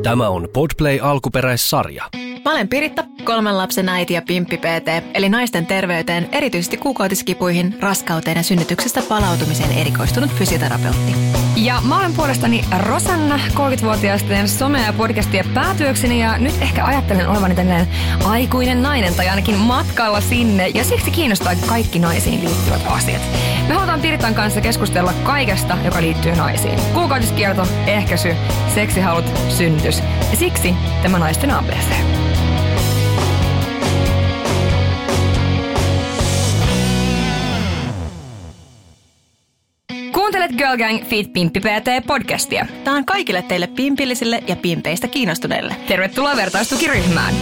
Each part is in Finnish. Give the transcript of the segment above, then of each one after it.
Tämä on Podplay alkuperäissarja. Mä olen Piritta, 3 lapsen äiti ja pimppi PT, eli naisten terveyteen, erityisesti kuukautiskipuihin, raskauteen ja synnytyksestä palautumiseen erikoistunut fysioterapeutti. Ja mä olen puolestani Rosanna, 30-vuotiaisten some- ja podcastien päätyökseni, ja nyt ehkä ajattelen olevani tällainen aikuinen nainen tai ainakin matkalla sinne, ja siksi kiinnostaa kaikki naisiin liittyvät asiat. Me halutaan Piritan kanssa keskustella kaikesta, joka liittyy naisiin. Kuukautiskierto, ehkäisy, seksihalut, synnytys, ja siksi tämä naisten ABC. Kuuntelet Girl Gang Feet. Pimppi PT podcastia. Tämä on kaikille teille pimpillisille ja pimpeistä kiinnostuneille. Tervetuloa vertaistukiryhmään.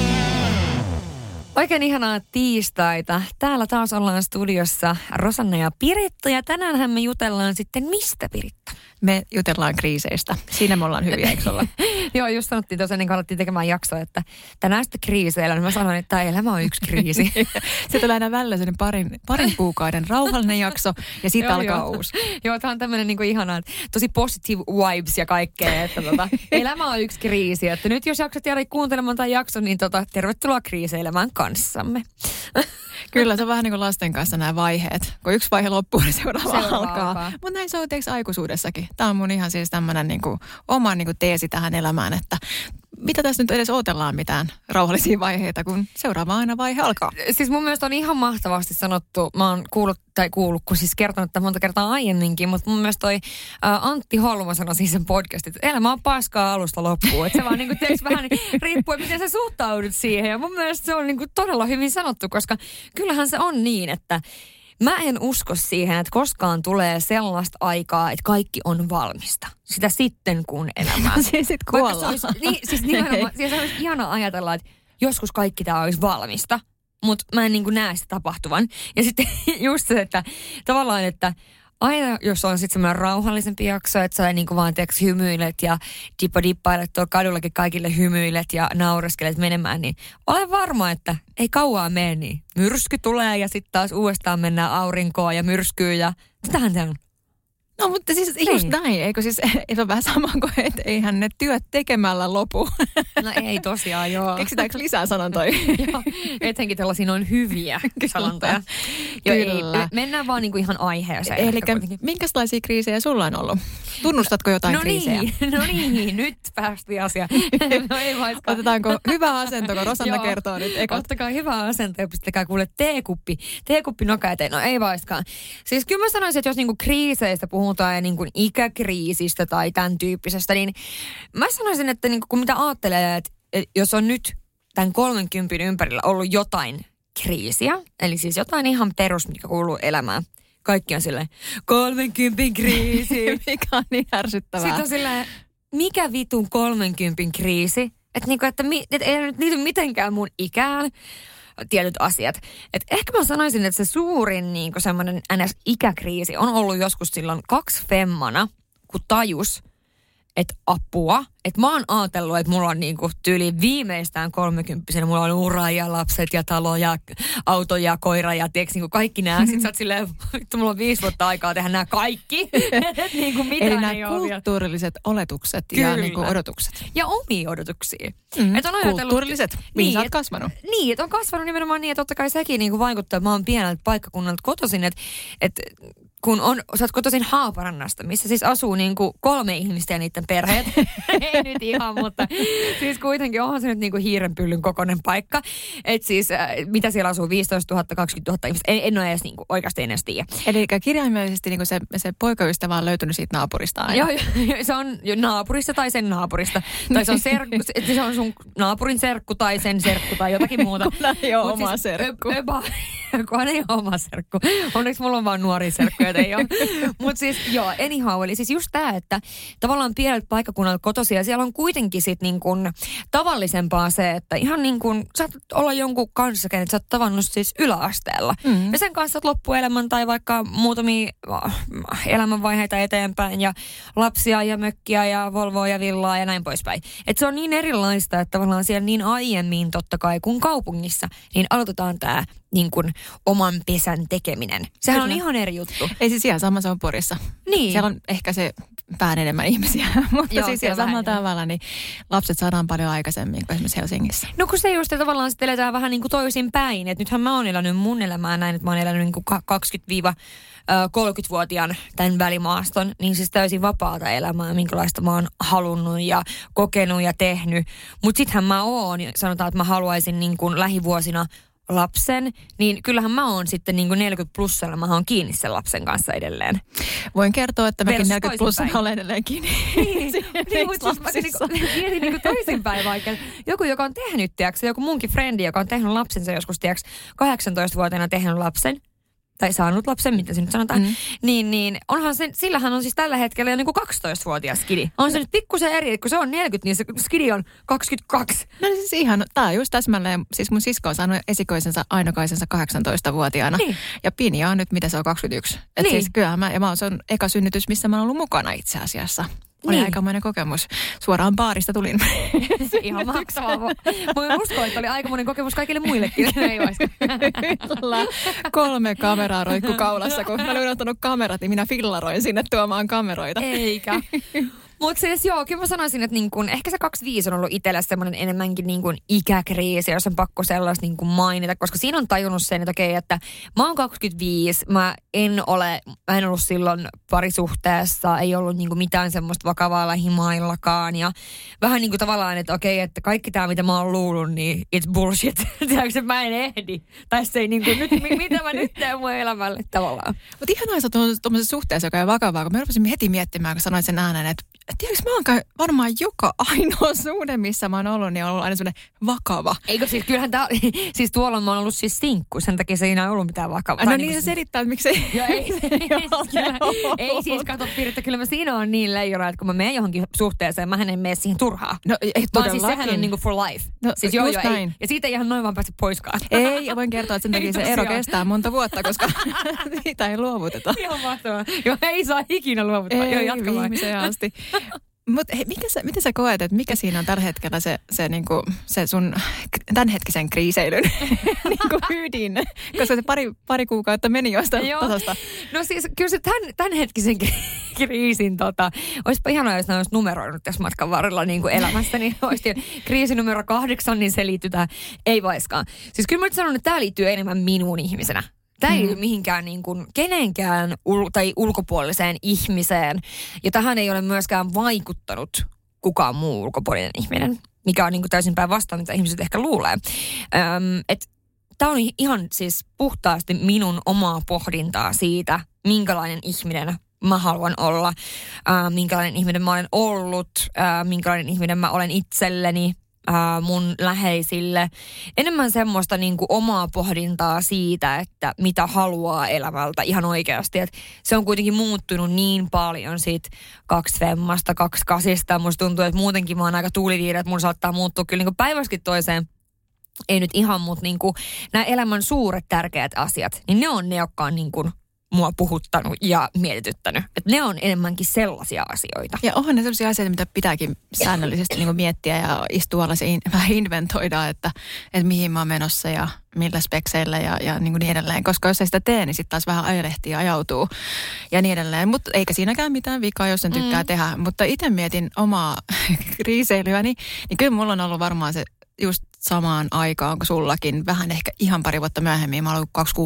Oikein ihanaa tiistaita. Täällä taas ollaan studiossa Rosanna ja Piritta, ja tänäänhän me jutellaan sitten mistä, Piritta? Me jutellaan kriiseistä. Siinä me ollaan hyviä, eikö olla? Joo, just sanottiin tosiaan, niin kun alettiin tekemään jaksoa, että tänään sitten kriiseillä, niin mä sanoin, että tämä elämä on yksi kriisi. Se tulee aina välillä parin kuukauden rauhallinen jakso, ja sitten alkaa uusi. Joo, tämä on tämmöinen niin ihanaa, tosi positive vibes ja kaikkea, että elämä on yksi kriisi. Että nyt jos jaksat jäädä kuuntelemaan tämän jakson, niin tervetuloa kriiseilemään kanssamme. Kyllä, se on vähän niin kuin lasten kanssa nämä vaiheet. Kun yksi vaihe loppuu, niin seuraava alkaa. Mutta näin se on aikuisuudessakin. Tämä on mun ihan siis tämmöinen niin kuin oma niin kuin teesi tähän elämään, että mitä tässä nyt edes odotellaan mitään rauhallisia vaiheita, kun seuraava aina vaihe alkaa. Siis mun mielestä on ihan mahtavasti sanottu, mä oon kuullut, kun siis kertonut tämän monta kertaa aiemminkin, mutta mun mielestä toi Antti Holma sanoi siis sen podcastin, että elämä on paskaa alusta loppuun. Että se vaan niinku vähän riippuu, miten sä suhtaudut siihen. Ja mun mielestä se on niinku todella hyvin sanottu, koska kyllähän se on niin, että mä en usko siihen, että koskaan tulee sellaista aikaa, että kaikki on valmista. Sitä sitten kun elämää. Siis sit kuollaan. Siis nimenomaan, siis olisi ihana ajatella, että joskus kaikki tämä olisi valmista, mutta mä en niin kuin näe sitä tapahtuvan. Ja sitten just se, että tavallaan, että aina jos on sitten semmoinen rauhallisempi jakso, että sä niin kuin vaan hymyilet ja dippailet tuolla kadullakin kaikille hymyilet ja naureskelet menemään, niin olen varma, että ei kauaa mene, niin myrsky tulee ja sitten taas uudestaan mennään aurinkoon ja myrskyyn ja sitähän se on. No mutta siis just näin, eikö siis se on vähän sama kuin, että eihän ne työt tekemällä lopu. No ei tosiaan, joo. Keksitäänkö lisää sanontoja? Joo, etenkin tällaisia noin hyviä sanontoja. Kyllä. Mennään vaan niinku ihan aiheeseen. Eli minkälaisia kriisejä sulla on ollut? Tunnustatko jotain kriisejä? No niin, nyt päästiin asiaan. No ei vaiskaan. Otetaanko hyvä asento, kun Rosanna kertoo nyt ekat? Ottakaa hyvä asento ja pistäkää kuule teekuppi noka eteen. No ei vaiskaan. Siis kyllä mä sanoisin, että jos niinku kriiseistä puhutaan ja niin kuin ikäkriisistä tai tämän tyyppisestä, niin mä sanoisin, että niin kuin, kun mitä ajattelee, että jos on nyt tämän 30 ympärillä ollut jotain kriisiä, eli siis jotain ihan perus, mikä kuuluu elämään. Kaikki on silleen, 30 kriisi. Mikä on niin ärsyttävää. Sitten on silleen, mikä vitun 30 kriisi? Että niinku, että ei nyt liity mitenkään mun ikään tietyt asiat. Et ehkä mä sanoisin, että se suurin niinku semmoinen NS-ikäkriisi on ollut joskus silloin 2 femmana, kun tajus, että apua. Että mä oon ajatellut, että mulla on niinku tyyli viimeistään 30-vuotiaana, mulla on ura ja lapset ja talo ja auto ja koira ja tiiäks, niinku kaikki nää. Sitten sä oot silleen, vittu mulla on 5 vuotta aikaa tehdä nämä kaikki. Niinku mitään eli ei nämä kulttuurilliset oletukset ja niinku odotukset. Ja omia odotuksia. Kulttuurilliset, mihin sä oot kasvanut. Niin, että on kasvanut nimenomaan niin, että totta kai sekin niinku vaikuttaa, että mä oon pieneltä paikkakunnalta kotoisin, että kun sä oot kotoisin Haaparannasta, missä siis asuu niinku 3 ihmistä ja niiden perheet. Ei nyt ihan, mutta siis kuitenkin onhan se nyt niinku hiirenpyllyn kokoinen paikka. Että siis mitä siellä asuu, 15 000, 20 000 ihmistä. En ole edes niinku, oikeasti en edes tiedä. Eli kirjaimellisesti niinku se poikaystävä on löytynyt siitä naapurista aina. Joo, se on naapurista tai sen naapurista. Tai se on sun naapurin serkku tai sen serkku tai jotakin muuta. Kunhan ei ole oma serkku. Kunhan ei ole oma serkku. Onneksi mulla on vaan nuoria serkkuja. Mutta siis joo, anyhow, eli siis just tämä, että tavallaan pieneltä paikkakunnalta kotoisin ja siellä on kuitenkin sit niin kuin tavallisempaa se, että ihan niin kuin saat olla jonkun kanssa, kenet sä oot tavannut siis yläasteella. Ja sen kanssa oot loppuelämän tai vaikka muutamia elämänvaiheita eteenpäin ja lapsia ja mökkiä ja Volvoa ja villaa ja näin poispäin. Että se on niin erilaista, että tavallaan siellä niin aiemmin totta kai kuin kaupungissa, niin aloitetaan tämä niin kuin oman pesän tekeminen. Sehän on ihan eri juttu. Ei siis ihan sama, se on Porissa. Niin. Siellä on ehkä se pään enemmän ihmisiä, mutta Joo, siis ihan samalla tavalla niin lapset saadaan paljon aikaisemmin kuin esimerkiksi Helsingissä. No kun se just, että tavallaan sitten eletään vähän niin kuin toisin päin. Että nythän mä oon elänyt mun elämää näin, että mä oon elänyt niin kuin 20-30-vuotiaan tämän välimaaston, niin siis täysin vapaata elämää, minkälaista mä oon halunnut ja kokenut ja tehnyt. Mutta sittenhän mä oon, sanotaan, että mä haluaisin niin kuin lähivuosina lapsen, niin kyllähän mä oon sitten niin kuin 40 plussalla, mä oon kiinni sen lapsen kanssa edelleen. Voin kertoa, että mäkin 40 plussalla olen edelleen kiinni. Niin, mutta siis mä mietin niin kuin toisinpäin vaikka. Joku, joka on tehnyt, tiiäks, joku munkin frendi, joka on tehnyt lapsensa joskus, tiiäks, 18-vuotiaana tehnyt lapsen, tai saanut lapsen, mitä se nyt sanotaan, niin onhan se, sillähän on siis tällä hetkellä jo niin kuin 12-vuotias skidi. On se nyt pikkusen eri, että kun se on 40, niin se skidi on 22. No siis ihan, tää on just täsmälleen, siis mun sisko on saanut esikoisensa Aino-Kaisensa 18-vuotiaana. Niin. Ja Pinja on nyt, mitä se on, 21. Et niin. Siis kyllähän se on eka synnytys, missä mä oon ollut mukana itse asiassa. Oli aikamoinen kokemus. Suoraan baarista tulin. Ihan mahtavaa. Voin uskoa, että oli aikamoinen kokemus kaikille muillekin. Kyllä. 3 kameraa roikku kaulassa. Kun mä olin unohtanut kamerat, niin minä fillaroin sinne tuomaan kameroita. Eikä. Mutta siis joo, kyllä mä sanoisin, että niin kun, ehkä se 25 on ollut itsellä semmoinen enemmänkin niin kun ikäkriisi, jos on pakko sellaista niin kun mainita, koska siinä on tajunnut sen, että okei, että mä oon 25, mä en ollut silloin parisuhteessa, ei ollut niin kun mitään semmoista vakavaa lähimaillakaan ja vähän niin kuin tavallaan, että okei, että kaikki tämä, mitä mä oon luullut, niin it's bullshit. Tiedätkö, mä en ehdi. Tässä ei niin kuin, mitä mä nyt teen mun elämälle tavallaan. Mutta ihanaa, että on tuollaisessa suhteessa, joka on vakavaa, kun mä rupesin heti miettimään, kun sanoin sen äänen, että tiedätkö, mä oon varmaan joka ainoa suhde, missä mä oon ollut, niin on ollut aina sellainen vakava. Eikö siis, kyllähän tää, siis tuolla mä oon ollut siis sinkku, sen takia se ei ole ollut mitään vakavaa. No niin se selittää, että miksei. Joo, ei siis, kato Pirtta, kyllä mä siinä on niin leijona, että kun mä menen johonkin suhteeseen, mä en mene siihen turhaa. No ei todellakin. Siis sehän on niinku for life. No siis joo, ei. Ja siitä ei ihan noin vaan päästä poiskaan. Ei, ja voin kertoa, että sen takia se ero kestää monta vuotta, koska siitä ei luovuteta. Ihan mahtavaa. Joo, ei saa ikinä luovuttaa. Ei, viimeiseen asti. Mutta miten sä koet, että mikä siinä on tällä hetkellä se sun tämänhetkisen kriiseilyn niinku ydin? Koska se pari kuukautta meni jostain tasasta. No siis kyllä se tämänhetkisen kriisin, olisipa ihanaa, jos ne olisi numeroinut tässä matkan varrella niin kuin elämästä, niin olisi kriisi numero 8, niin se liittyy tähän, ei vaiskaan. Siis kyllä mä nyt sanon, että tämä liittyy enemmän minuun ihmisenä. Tämä ei liity mihinkään niin kuin kenenkään tai ulkopuoliseen ihmiseen. Ja tähän ei ole myöskään vaikuttanut kukaan muu ulkopuolinen ihminen, mikä on niin kuin täysin päinvastoin, mitä ihmiset ehkä luulee. Tämä on ihan siis puhtaasti minun omaa pohdintaa siitä, minkälainen ihminen mä haluan olla, minkälainen ihminen mä olen ollut, minkälainen ihminen mä olen itselleni, mun läheisille. Enemmän semmoista niin kuin omaa pohdintaa siitä, että mitä haluaa elämältä ihan oikeasti. Et se on kuitenkin muuttunut niin paljon siitä 2 femmasta, 2 kasista. Musta tuntuu, että muutenkin mä oon aika tuuliviiri, että mun saattaa muuttua kyllä niin kuin päiväskin toiseen. Ei nyt ihan, mutta niin kuin nämä elämän suuret tärkeät asiat, niin ne on ne, jotka on niin kuin mua puhuttanut ja mietityttänyt. Että ne on enemmänkin sellaisia asioita. Ja onhan ne sellaisia asioita, mitä pitääkin säännöllisesti niin kuin miettiä ja istua alas ja vähän inventoida, että mihin mä oon menossa ja millä spekseillä ja niin edelleen. Koska jos ei sitä tee, niin sitten taas vähän ajelehtii ja ajautuu ja niin edelleen. Mutta eikä siinäkään mitään vikaa, jos sen tykkää tehdä. Mutta itse mietin omaa kriiseilyäni, niin kyllä mulla on ollut varmaan se just samaan aikaan kuin sullakin, vähän ehkä ihan pari vuotta myöhemmin, mä olen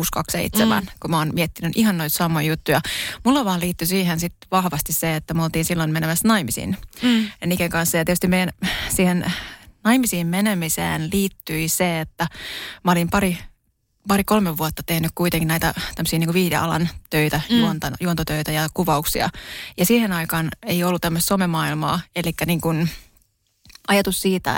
26-27, kun mä oon miettinyt ihan noita samoja juttuja. Mulla vaan liittyi siihen sitten vahvasti se, että me oltiin silloin menemässä naimisiin Niken kanssa. Ja tietysti meidän siihen naimisiin menemiseen liittyi se, että mä olin pari-kolme vuotta tehnyt kuitenkin näitä tämmöisiä niin kuin viihdealan töitä, juontotöitä ja kuvauksia. Ja siihen aikaan ei ollut tämmöistä somemaailmaa, eli niin kuin ajatus siitä,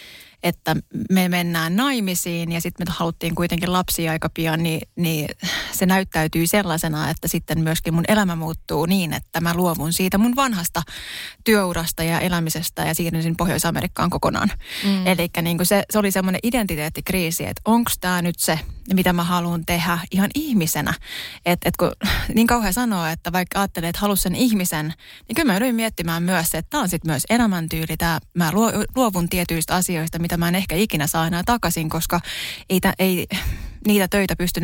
että me mennään naimisiin ja sitten me haluttiin kuitenkin lapsia aika pian, niin se näyttäytyy sellaisena, että sitten myöskin mun elämä muuttuu niin, että mä luovun siitä mun vanhasta työurasta ja elämisestä ja siirryn sinne Pohjois-Amerikkaan kokonaan. Eli niin kuin se oli semmoinen identiteettikriisi, että onko tämä nyt se, mitä mä haluan tehdä ihan ihmisenä. Että kun niin kauhean sanoo, että vaikka ajattelee, että haluan sen ihmisen, niin kyllä mä joudun miettimään myös se, että tämä on sitten myös elämäntyyli. Mä luovun tietyistä asioista, mitä mä en ehkä ikinä saa enää takaisin, koska ei niitä töitä pystynyt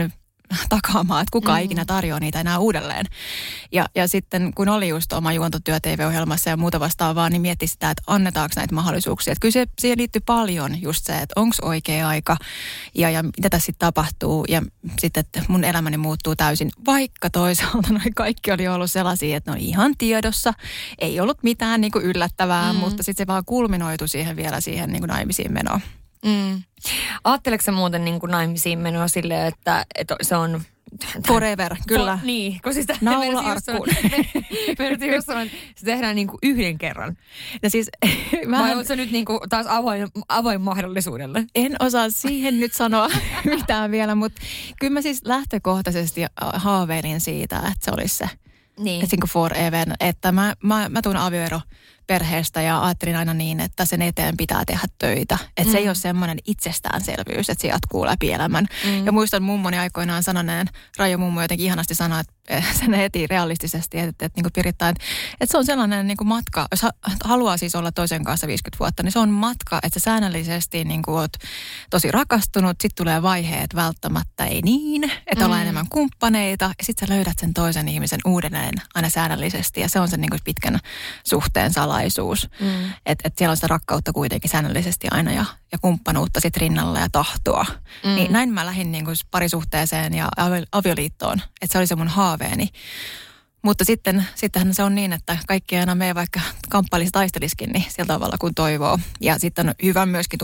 takaamaan, että kukaan ikinä tarjoaa niitä enää uudelleen. Ja sitten kun oli just oma juontotyö TV-ohjelmassa ja muuta vastaavaa, niin mietti sitä, että annetaanko näitä mahdollisuuksia. Että kyllä siihen liittyy paljon just se, että onko oikea aika ja mitä tässä sitten tapahtuu. Ja sitten, että mun elämäni muuttuu täysin, vaikka toisaalta noi kaikki oli ollut sellaisia, että ne on ihan tiedossa. Ei ollut mitään niin kuin yllättävää, mutta sitten se vaan kulminoitu siihen niin kuin naimisiin menoon. Ajatteleeko sä muuten niin kuin naimisiin menoa silleen, että se on... Forever, kyllä. Niin, kun siis naula arkkuun. Meidän just sanoa, että se tehdään niin kuin yhden kerran. Ja siis... Vai oletko nyt niin kuin taas avoin mahdollisuudelle? En osaa siihen nyt sanoa mitään vielä, mutta kyllä mä siis lähtökohtaisesti haaveilin siitä, että se olisi se. Niin. Että forever, että mä tuun avioeroperheestä ja ajattelin aina niin, että sen eteen pitää tehdä töitä. Että se ei ole semmoinen itsestäänselvyys, että se jatkuu läpi elämän. Ja muistan mummoni aikoinaan sanoneen, Raija mummo jotenkin ihanasti sanoi, että sen heti realistisesti, että niin kuin Piritta, että se on sellainen niin kuin matka, jos haluaa siis olla toisen kanssa 50 vuotta, niin se on matka, että sä säännöllisesti niin kuin oot tosi rakastunut, sitten tulee vaiheet välttämättä ei niin, että ollaan enemmän kumppaneita, ja sitten sä löydät sen toisen ihmisen uudelleen aina säännöllisesti, ja se on se niin kuin pitkän suhteen salaisuus, että siellä on sitä rakkautta kuitenkin säännöllisesti aina, ja kumppanuutta sit rinnalla ja tahtoa. Niin näin mä lähdin niin kuin parisuhteeseen ja avioliittoon, että se oli se mun haaveeni. Mutta sittenhän se on niin, että kaikki aina me vaikka kamppailisi taisteliskin, niin sillä tavalla kun toivoo. Ja sitten on hyvä myöskin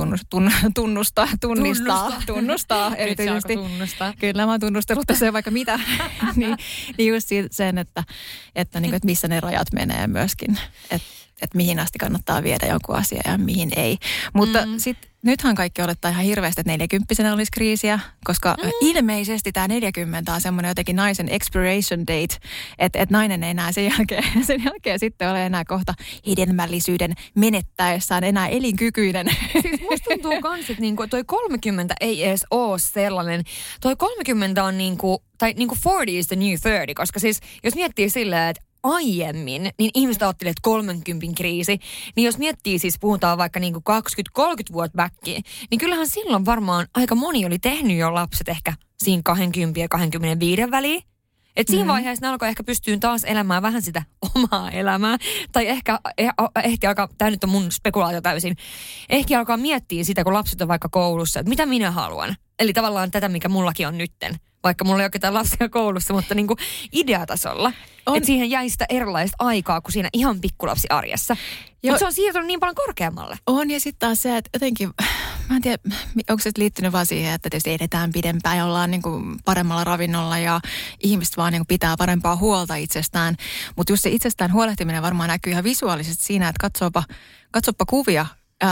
tunnistaa erityisesti. Kyllä mä oon tunnustellut tässä vaikka mitä. niin just sen, että missä ne rajat menee myöskin. Että mihin asti kannattaa viedä jonkun asia ja mihin ei. Mutta sitten nythän kaikki olettaa ihan hirveästi, että 40-vuotiaana olisi kriisiä, koska ilmeisesti tämä 40 on semmoinen jotenkin naisen expiration date, että nainen ei enää sen jälkeen sitten ole enää kohta hedelmällisyyden menettäessään enää elinkykyinen. Siis musta tuntuu kans, että niinku toi 30 ei edes ole sellainen. Toi 30 on tai 40 is the new 30, koska siis jos miettii silleen, että aiemmin, niin ihmiset ajattelivat, että 30 kriisi. Niin jos miettii siis, puhutaan vaikka niinku 20-30 vuotta backiin, niin kyllähän silloin varmaan aika moni oli tehnyt jo lapset ehkä siinä 20 ja 25 väliin. Että siinä vaiheessa ne alkoi ehkä pystyä taas elämään vähän sitä omaa elämää. Tai ehkä alkaa, tämä nyt on mun spekulaatio täysin, ehkä alkaa miettiä sitä, kun lapset on vaikka koulussa, että mitä minä haluan. Eli tavallaan tätä, mikä mullakin on nytten. Vaikka mulla ei ole ketään lapsia koulussa, mutta niin kuin ideatasolla. Että siihen jäi sitä erilaista aikaa kuin siinä ihan pikkulapsiarjessa. Mutta se on siirtynyt niin paljon korkeammalle. On, ja sitten taas se, että jotenkin, mä en tiedä, onko se liittynyt vaan siihen, että tietysti edetään pidempään ja ollaan niin kuin paremmalla ravinnolla ja ihmiset vaan niin kuin pitää parempaa huolta itsestään. Mutta just se itsestään huolehtiminen varmaan näkyy ihan visuaalisesti siinä, että katsoppa kuvia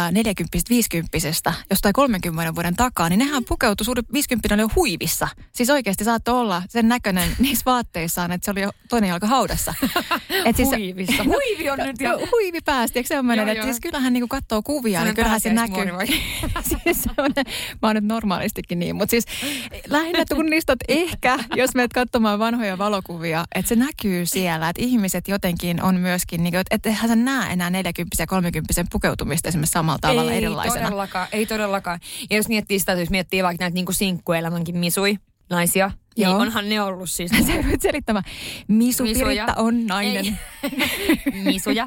40-50, jostain 30 vuoden takaa, niin nehän pukeutui suuri 50 oli jo huivissa. Siis oikeasti saattoi olla sen näköinen niissä vaatteissaan, että se oli jo toinen jalka haudassa. Siis huivissa. Huivi on nyt jo. Huivi päästi, eikö semmoinen? Että siis kyllähän niin katsoo kuvia, niin kyllähän se näkyy. Siis mä oon nyt normaalistikin niin, mutta siis lähinnä tunnistat ehkä, jos menet katsomaan vanhoja valokuvia, että se näkyy siellä, että ihmiset jotenkin on myöskin, niin, että eihän sä näe enää 40 ja 30 pukeutumista esimerkiksi samalla tavalla erilaisena. Ei todellakaan. Ja jos miettii sitä, jos miettii vaikka näitä niinku sinkkuelämänkin misui, naisia, niin onhan ne ollut siis. Se nyt selittämään. Misu Piritta on nainen. Misuja.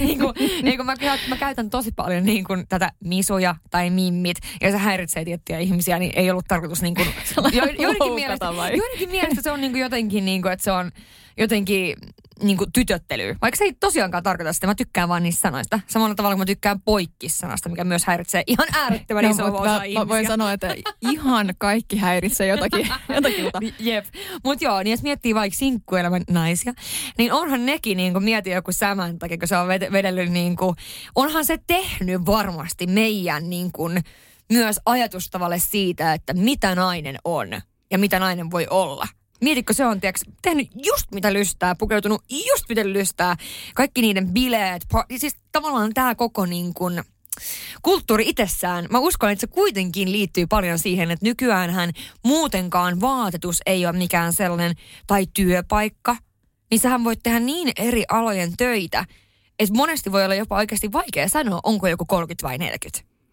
Mä käytän tosi paljon niin kuin tätä misuja tai mimmit, ja se häiritsee tiettyjä ihmisiä, niin ei ollut tarkoitus niin kuin, joidenkin mielestä se on niin kuin jotenkin, niin kuin, että se on jotenkin niin kuin tytöttelyä. Vaikka se ei tosiaankaan tarkoita sitä, mä tykkään vaan niistä sanoista. Samalla tavalla kuin mä tykkään poikki-sanasta, mikä myös häiritsee ihan äärettömän iso osa ihmisiä. Mä voin sanoa, että ihan kaikki häiritsee jotakin. Jep. Mutta joo, niin jos miettii vaikka sinkkuelämän naisia, niin onhan nekin, niin kuin mieti joku Samantha takia, kun se on vedellyt, niin kuin, onhan se tehnyt varmasti meidän niin kuin, myös ajatustavalle siitä, että mitä nainen on ja mitä nainen voi olla. Mietitkö, se on tehnyt just mitä lystää, pukeutunut just miten lystää, kaikki niiden bileet, siis tavallaan tämä koko niin kuin kulttuuri itsessään. Mä uskon, että se kuitenkin liittyy paljon siihen, että nykyäänhän muutenkaan vaatetus ei ole mikään sellainen, tai työpaikka, niin sähän voit tehdä niin eri alojen töitä, että monesti voi olla jopa oikeasti vaikea sanoa, onko joku 30 vai 40.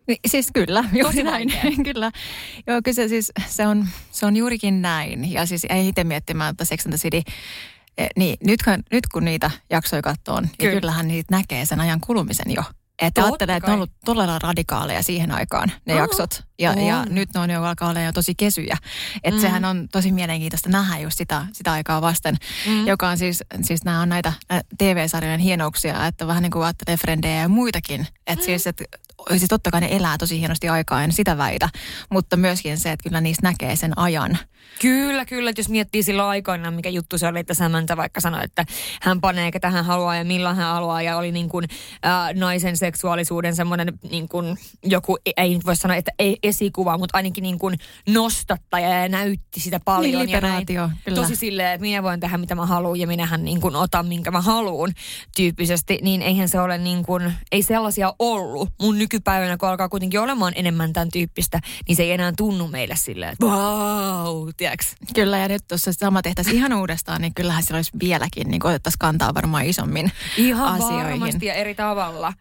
Siis kyllä, juuri näin. Kyllä. Joo, kyllä se on juurikin näin. Ja siis ei itse miettimään, että Sex and the City, niin nyt kun niitä jaksoja katsoo, niin kyllähän niitä näkee sen ajan kulumisen jo. Että ajattelee, että ne on ollut todella radikaaleja siihen aikaan, ne jaksot. Ja nyt ne on jo alkaa olla jo tosi kesyjä. Että sehän on tosi mielenkiintoista nähdä just sitä aikaa vasten, joka on siis nämä on näitä TV-sarjojen hienouksia, että vähän niin kuin ajattelee Frendejä ja muitakin. Että siis totta kai ne elää tosi hienosti aikaa, en sitä väitä, mutta myöskin se, että kyllä niistä näkee sen ajan. Kyllä, että jos miettii silloin aikoinaan, mikä juttu se oli, että Samantha vaikka sanoi, että hän panee, ketä hän haluaa ja milloin hän haluaa, ja oli niin kuin naisen seksuaalisuuden semmoinen niin kuin joku, ei nyt voi sanoa, että ei esikuva, mutta ainakin niin kuin nostattaja ja näytti sitä paljon. Niin, liberaatio, kyllä. Tosi silleen, että minä voin tehdä mitä mä haluan ja minähän niin kuin otan minkä mä haluan tyyppisesti, niin eihän se ole niin kuin, ei sellaisia ollut. Mun nykypäivänä, kun alkaa kuitenkin olemaan enemmän tämän tyyppistä, niin se ei enää tunnu meille silleen, että wow, tiiäks? Kyllä, ja nyt tuossa sama tehtäisiin ihan uudestaan, niin kyllähän siellä olisi vieläkin, niin otettaisiin kantaa varmaan isommin ihan asioihin. Ihan varmasti ja eri tavalla.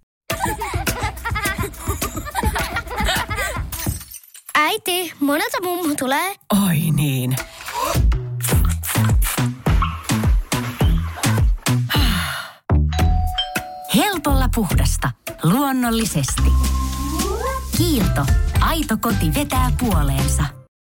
Äiti, monelta mummu tulee. Oi niin. Helpolla puhdasta. Luonnollisesti. Kiilto. Aito koti vetää puoleensa.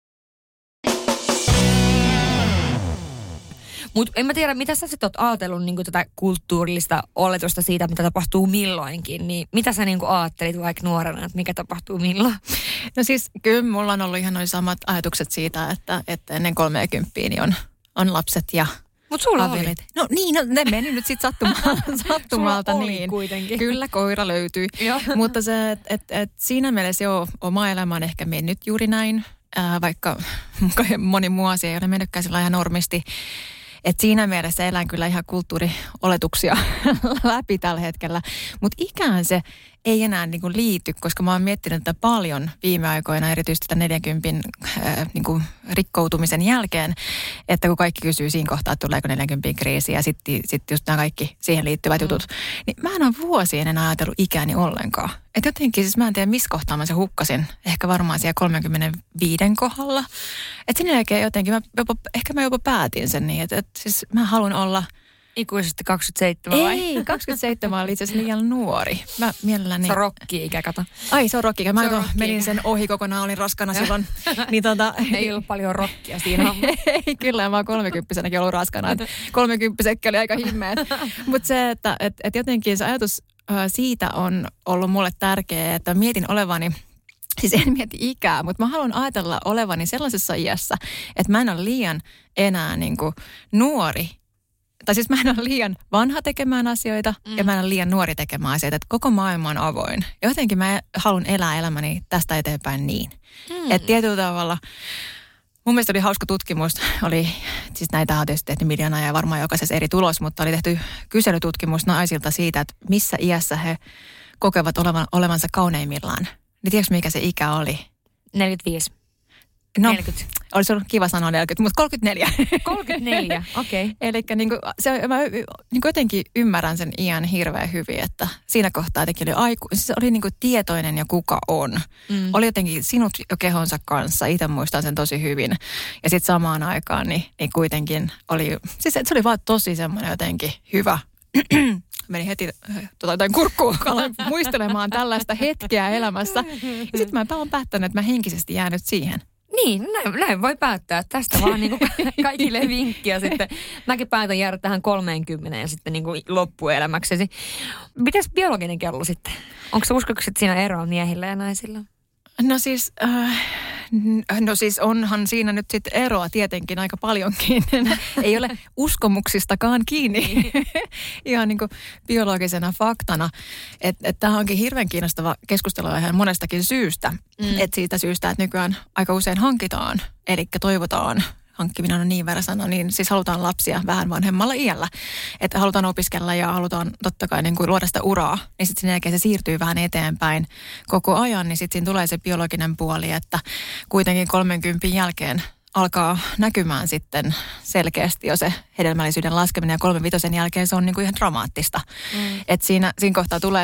Mutta en mä tiedä, mitä sä sit oot ajatellut niinku tätä kulttuurillista oletusta siitä, mitä tapahtuu milloinkin. Niin mitä sä niinku ajattelit vaikka nuorena, että mikä tapahtuu milloin? No siis kyllä mulla on ollut ihan noin samat ajatukset siitä, että ennen 30 niin on lapset ja mutta sulla avelit. oli. No niin, ne meni nyt sitten sattumalta. Sulla oli niin. kuitenkin. Kyllä, koira löytyi. Mutta se, että siinä mielessä oma elämä on ehkä mennyt juuri näin, vaikka moni muu asia ei ole mennytkään sillä ihan normisti. Että siinä mielessä elän kyllä ihan kulttuurioletuksia läpi tällä hetkellä. Mutta ikään se ei enää niinku liity, koska mä oon miettinyt tätä paljon viime aikoina, erityisesti tämän 40 niinku rikkoutumisen jälkeen, että kun kaikki kysyy siinä kohtaa, että tuleeko 40 kriisi ja sitten just nämä kaikki siihen liittyvät jutut, niin mä en ole vuosien enää ajatellut ikääni ollenkaan. Että jotenkin siis mä en tiedä, missä kohtaa mä se hukkasin. Ehkä varmaan siellä 35 kohdalla. Että sen jälkeen jotenkin mä jopa päätin sen niin, että siis mä haluan olla ikuisesti 27 vai? Ei, 27 oli itse asiassa liian nuori. Mä mielelläni... Se on rokki-ikä, kato. Ai, se on rokki-ikä. Mä menin sen ohi kokonaan, olin raskana silloin. Niin ei ollut paljon rokkia siinä. Ei, kyllä, mä oon 30-vuotiaanakin ollut raskana. 30-vuotiaanakin oli aika himmeet. Mutta se, että jotenkin se ajatus siitä on ollut mulle tärkeä, että mietin olevani, siis en mieti ikää, mutta mä haluan ajatella olevani sellaisessa iässä, että mä en ole liian enää niin kuin nuori. Tai siis mä en ole liian vanha tekemään asioita ja mä en ole liian nuori tekemään asioita. Että koko maailma on avoin. Jotenkin mä haluan elää elämäni tästä eteenpäin niin. Että tietyllä tavalla, mun mielestä oli hauska tutkimus. Oli, siis näitä on tietysti tehty miljoonaa ja varmaan jokaisessa eri tulos, mutta oli tehty kyselytutkimus naisilta siitä, että missä iässä he kokevat olevansa kauneimmillaan. Niin tiedätkö mikä se ikä oli? 45. No, 40. Olisi ollut kiva sanoa 40, mutta 34. 34, okei. Okay. Eli mä jotenkin ymmärrän sen iän hirveän hyvin, että siinä kohtaa jotenkin oli niin kuin tietoinen ja kuka on. Oli jotenkin sinut jo kehonsa kanssa, itse muistan sen tosi hyvin. Ja sitten samaan aikaan niin kuitenkin oli, siis se oli vaan tosi semmoinen jotenkin hyvä. Meni heti jotain kurkkuun, kun aloin muistelemaan tällaista hetkeä elämässä. Ja sitten mä oon päättänyt, että mä henkisesti jäänyt siihen. Niin, näin voi päättää. Tästä vaan niin kuin kaikille vinkkiä sitten. Mäkin päätän jäädä tähän 30 ja sitten niin kuin loppuelämäksesi. Mites biologinen kello sitten? Onko se uskoksi, että siinä eroa miehillä ja naisilla? No siis onhan siinä nyt sitten eroa tietenkin aika paljonkin. Ei ole uskomuksistakaan kiinni. Ihan niin kuin biologisena faktana. Että tämä onkin hirveän kiinnostava keskustelua ihan monestakin syystä. Että siitä syystä, että nykyään aika usein hankitaan, eli toivotaan. Hankkiminen on niin väärä sana, niin siis halutaan lapsia vähän vanhemmalla iällä. Että halutaan opiskella ja halutaan totta kai niin kuin luoda sitä uraa. Niin sitten sen jälkeen se siirtyy vähän eteenpäin koko ajan, niin sitten siinä tulee se biologinen puoli, että kuitenkin 30 jälkeen alkaa näkymään sitten selkeästi jo se hedelmällisyyden laskeminen ja 35 jälkeen se on niin kuin ihan dramaattista. Että siinä kohtaa tulee se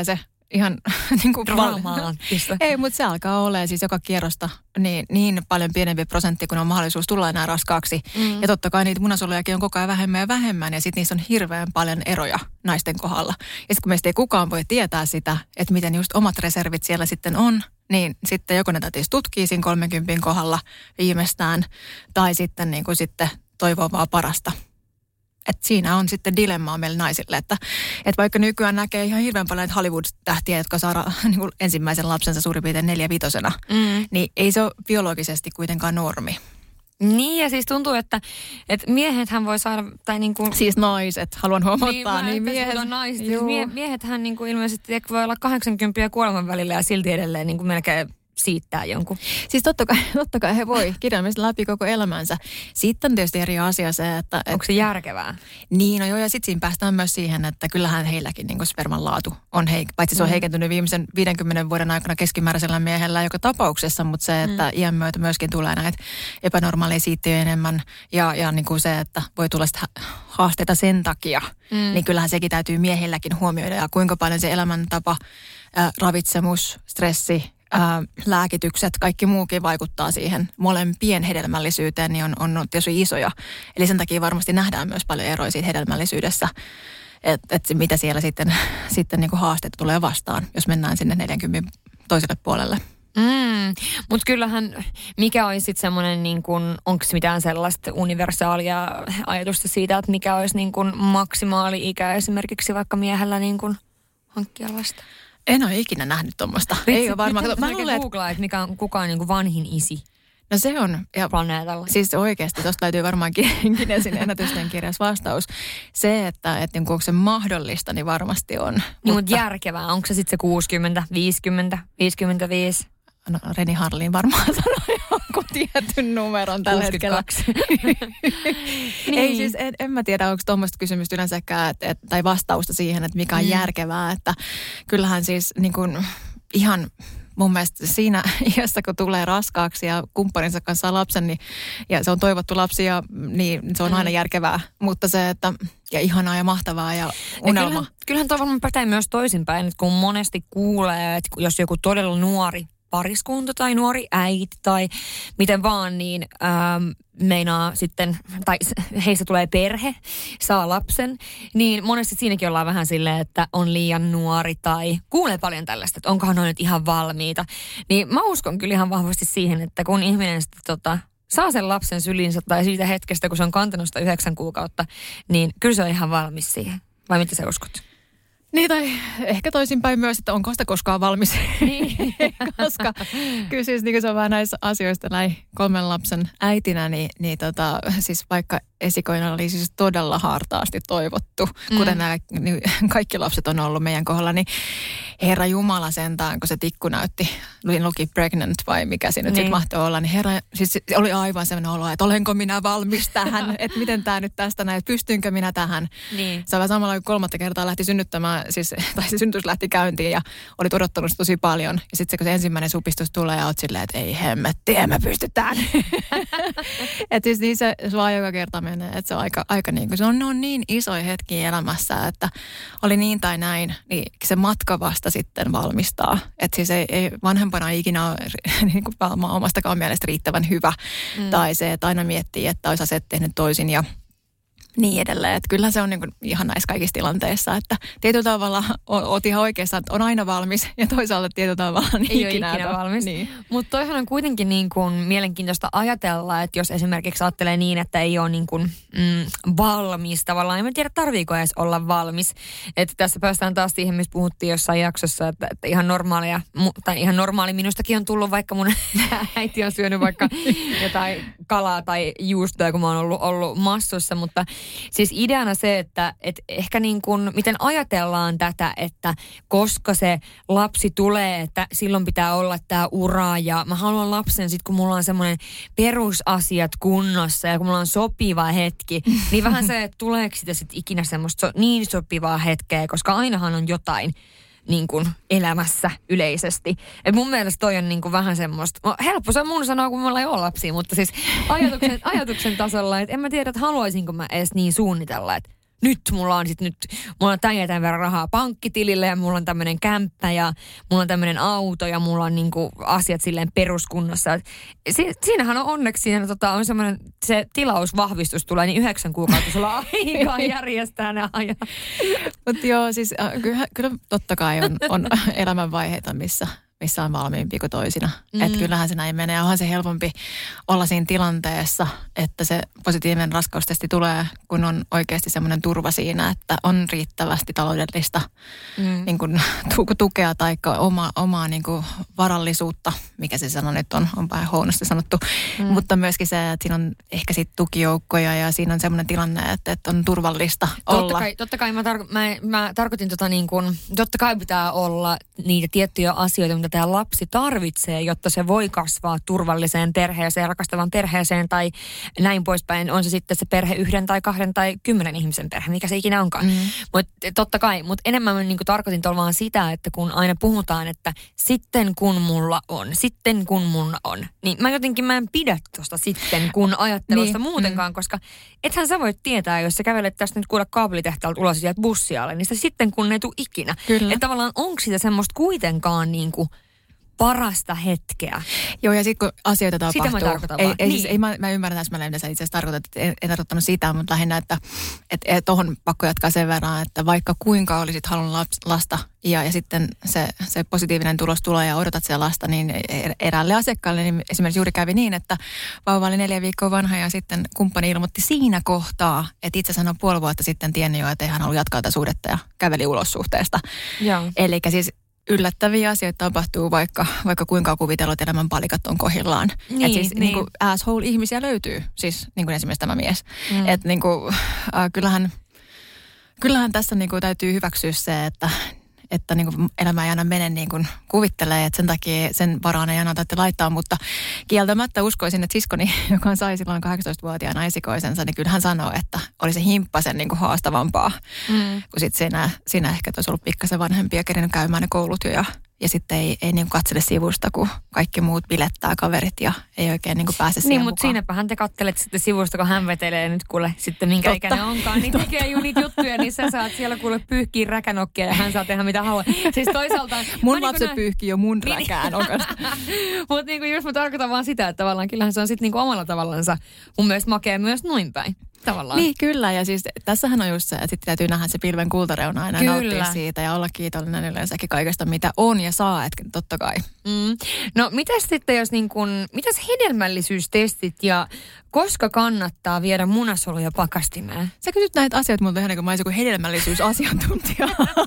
ihan niin kuin dramaattista. Ei, mutta se alkaa olemaan siis joka kierrosta niin paljon pienempi prosentti, kun on mahdollisuus tulla enää raskaaksi. Ja totta kai niitä munasolujakin on koko ajan vähemmän ja vähemmän, ja sitten niissä on hirveän paljon eroja naisten kohdalla. Ja sitten kun meistä ei kukaan voi tietää sitä, että miten just omat reservit siellä sitten on, niin sitten joko ne täytyisi tutkia siinä 30 kohdalla viimeistään, tai sitten, niin kuin sitten toivoa vaan parasta. Että siinä on sitten dilemmaa meillä naisille, että vaikka nykyään näkee ihan hirveän paljon näitä Hollywood-tähtiä, jotka saa niin kuin ensimmäisen lapsensa suurin piirtein 4-5, niin ei se ole biologisesti kuitenkaan normi. Niin, ja siis tuntuu, että miehethän voi saada, tai niin kuin... Siis naiset, haluan huomauttaa, niin miehet... Miehethän niin kuin ilmeisesti voi olla 80 ja kuoleman välillä ja silti edelleen niin kuin melkein siittää jonkun. Siis totta kai he voi kirjaimellisesti läpi koko elämänsä. Sitten on tietysti eri asia se, että... Onko se järkevää? Niin, no joo, ja sitten siinä päästään myös siihen, että kyllähän heilläkin niin kuin sperman laatu on paitsi se on heikentynyt viimeisen 50 vuoden aikana keskimääräisellä miehellä joka tapauksessa, mutta se, että iän myötä myöskin tulee näitä epänormaaleja siittiöitä enemmän ja niin kuin se, että voi tulla haasteita sen takia, niin kyllähän sekin täytyy miehilläkin huomioida ja kuinka paljon se elämäntapa, ravitsemus, stressi, lääkitykset, kaikki muukin vaikuttaa siihen molempien hedelmällisyyteen, niin on tietysti isoja. Eli sen takia varmasti nähdään myös paljon eroja siitä hedelmällisyydessä, että mitä siellä sitten niin kuin haasteet tulee vastaan, jos mennään sinne 40 toiselle puolelle. Mutta kyllähän, mikä olisi sitten semmoinen, niin onko mitään sellaista universaalia ajatusta siitä, että mikä olisi niin kuin maksimaali-ikä esimerkiksi vaikka miehellä niin kuin hankkia lasta? En ole ikinä nähnyt tuommoista. Ei ole varmaan. Mä luulen, googlaa, että kuka on niin kuin vanhin isi. No se on. Ja planeetalla. Siis oikeasti, tuosta löytyy varmaan Guinnessin ennätysten kirjassa vastaus. Se, että onko se mahdollista, niin varmasti on. Niin, mutta järkevää. Onko se sitten se 60, 50, 55? No, Reni Harlin varmaan sanoi jonkun tietyn numeron tällä 62. Hetkellä. Niin. Ei siis, en mä tiedä, onko tuommoista kysymystä yleensäkään, tai vastausta siihen, että mikä on järkevää. Että kyllähän siis niin kuin ihan mun mielestä siinä iässä, kun tulee raskaaksi ja kumppaninsa kanssa saa lapsen, niin, ja se on toivottu lapsi, niin se on aina järkevää. Mutta se, että ja ihanaa ja mahtavaa ja unelma. Kyllähän toi varmaan pätee myös toisinpäin, että kun monesti kuulee, että jos joku todella nuori pariskunta tai nuori äiti tai miten vaan, niin meinaa sitten, tai heistä tulee perhe, saa lapsen, niin monesti siinäkin ollaan vähän silleen, että on liian nuori tai kuulee paljon tällaista, että onkohan ne nyt ihan valmiita. Niin mä uskon kyllä ihan vahvasti siihen, että kun ihminen sitten saa sen lapsen syliinsä tai siitä hetkestä, kun se on kantanut sitä 9 kuukautta, niin kyllä se on ihan valmis siihen. Vai mitä sä uskot? Niin, tai ehkä toisinpäin myös, että onko sitä koskaan valmis. Niin. Koska kyllä siis niin se on vähän näissä asioista näin 3 lapsen äitinä, niin siis vaikka esikoina oli siis todella hartaasti toivottu, kuten nämä kaikki lapset on ollut meidän kohdalla, niin Herra Jumala sentään, kun se tikku näytti, luki pregnant vai mikä siinä nyt sitten mahtoi olla, niin siis oli aivan sellainen olo, että olenko minä valmis tähän, että miten tämä nyt tästä näin, pystynkö minä tähän. Niin. Se on samalla kuin 3. kertaa lähti synnyttämään, tai se synnytys lähti käyntiin ja oli odottanut tosi paljon. Ja sitten kun se ensimmäinen supistus tulee ja oot silleen, että ei hemmettiä, me pystytään. Että siis niin se vaan joka kerta menee, että se on aika niin kuin, se on niin isoja hetkiä elämässä, että oli niin tai näin, niin se matka vasta sitten valmistaa. Että siis ei vanhempana ikinä ole niin kuin omastakaan mielestä riittävän hyvä. Tai se, että aina miettii, että olisi asiat tehnyt toisin ja niin edelleen. Että kyllähän se on niin kuin ihan näissä kaikissa tilanteissa, että tietyllä tavalla oot ihan oikeassa, että on aina valmis ja toisaalta tietyllä tavalla niin ei ikinä valmis. Niin. Mutta toihan on kuitenkin niin kuin mielenkiintoista ajatella, että jos esimerkiksi ajattelee niin, että ei ole niin kuin, valmis tavallaan. En tiedä, tarviiko edes olla valmis. Että tässä päästään taas siihen, mistä puhuttiin jossain jaksossa, että ihan normaalia, tai ihan normaali minustakin on tullut, vaikka mun äiti on syönyt vaikka jotain kalaa tai juustoa, kun mä oon ollut massussa, mutta siis ideana se, että ehkä niin kuin, miten ajatellaan tätä, että koska se lapsi tulee, että silloin pitää olla tämä ura ja mä haluan lapsen sitten, kun mulla on semmoinen perusasiat kunnossa ja kun mulla on sopiva hetki, niin vähän se, että tuleeko sitä sitten ikinä semmoista niin sopivaa hetkeä, koska ainahan on jotain niin kuin elämässä yleisesti. Et mun mielestä toi on niin kuin vähän semmoista, helppo se on mun sanoa, kun mulla ei ole lapsia, mutta siis ajatuksen tasolla, että en mä tiedä, että haluaisinko mä edes niin suunnitella, että nyt mulla on tämän ja tämän verran rahaa pankkitilille ja mulla on tämmöinen kämppä ja mulla on tämmöinen auto ja mulla on niinku asiat silleen peruskunnossa. Siinähän on onneksi siinä on semmoinen, se tilausvahvistus tulee, niin 9 kuukautta sulla aikaa järjestää ne ajat. Mutta joo, siis kyllä totta kai on elämänvaiheita, missä on valmiimpi kuin toisina. Että kyllähän se näin menee. Ja onhan se helpompi olla siinä tilanteessa, että se positiivinen raskaustesti tulee, kun on oikeasti semmoinen turva siinä, että on riittävästi taloudellista niin kuin, tukea tai omaa niin kuin, varallisuutta, mikä se sana nyt on vähän huonosti sanottu. Mutta myöskin se, että siinä on ehkä sitten tukijoukkoja ja siinä on semmoinen tilanne, että on turvallista olla. Totta kai mä tarkoitin niin kuin, totta kai pitää olla niitä tiettyjä asioita, mitä tämä lapsi tarvitsee, jotta se voi kasvaa turvalliseen perheeseen, rakastavan perheeseen tai näin poispäin. On se sitten se perhe 1 tai 2 tai 10 ihmisen perhe, mikä se ikinä onkaan. Mutta totta kai, mutta enemmän mä niinku tarkoitin tuolla vaan sitä, että kun aina puhutaan, että sitten kun mulla on, niin mä en pidä tuosta sitten kun ajattelusta muutenkaan, koska ethän sä voit tietää, jos sä kävelet tästä nyt kuule kaapelitehtaalta ulos ja sieltä bussialle, niin sitten kun ei tule ikinä. Että tavallaan onko sitä semmoista kuitenkaan niinku parasta hetkeä. Joo, ja sitten kun asioita tapahtuu. Sitä mä tarkoitan vaan. Siis mä ymmärrän täsmälleen, mitä sä itse asiassa tarkoitat. En tarkoittanut sitä, mutta lähinnä, että tohon pakko jatkaa sen verran, että vaikka kuinka olisit halunnut lasta ja sitten se positiivinen tulos tulee ja odotat sitä lasta, niin eräälle asiakkaalle niin esimerkiksi juuri kävi niin, että vauva oli 4 viikkoa vanha ja sitten kumppani ilmoitti siinä kohtaa, että itse asiassa hän on 5 vuotta sitten tiennyt jo, että ei hän halua jatkaa tätä suhdetta ja käveli ulos suhteesta. Eli siis yllättäviä asioita tapahtuu, vaikka kuinka kuvitellut elämän palikat on kohillaan. Niin, että siis niin kuin asshole-ihmisiä löytyy, siis niin kuin esimerkiksi tämä mies. Että niin kuin, kyllähän tässä niin kuin täytyy hyväksyä se, että niin kuin elämä ei aina mene niin kuin kuvittelee, että sen takia sen varaan ei aina tarvitse laittaa, mutta kieltämättä uskoisin, että siskoni, joka sai silloin 18-vuotiaana esikoisensa, niin kyllä hän sanoo, että oli se himppasen niin kuin haastavampaa, kun sitten siinä ehkä olisi ollut pikkasen vanhempia, kerinyt käymään ne koulut jo ja sitten ei niin kuin katsele sivusta, kun kaikki muut bilettää kaverit ja ei oikein niin kuin pääse siihen mukaan. Niin, mutta siinäpähän te kattelet sitten sivusta, kun hän vetelee nyt kuule sitten minkä ikäinen onkaan, niin tekee ju niitä juttuja, niin sä saat siellä kuule pyyhkiä räkänokkia ja hän saa tehdä mitä haluaa. Siis toisaalta mun lapset pyyhkii jo mun räkään. Mutta niin kuin just mä tarkoitan vaan sitä, että tavallaan kyllähän se on sitten niin kuin omalla tavallansa mun mielestä makea myös noin päin. Tavallaan. Niin, kyllä. Ja siis tässähän on just se, että sitten täytyy nähdä se pilven kultareuna aina ja nauttia siitä ja olla kiitollinen yleensäkin kaikesta, mitä on ja saa, että totta kai. No, mitäs sitten jos mitäs hedelmällisyystestit ja koska kannattaa viedä munasoluja pakastimeen? Sä kysyt näitä asioita multa ihan niin kuin mä olisin joku hedelmällisyysasiantuntija.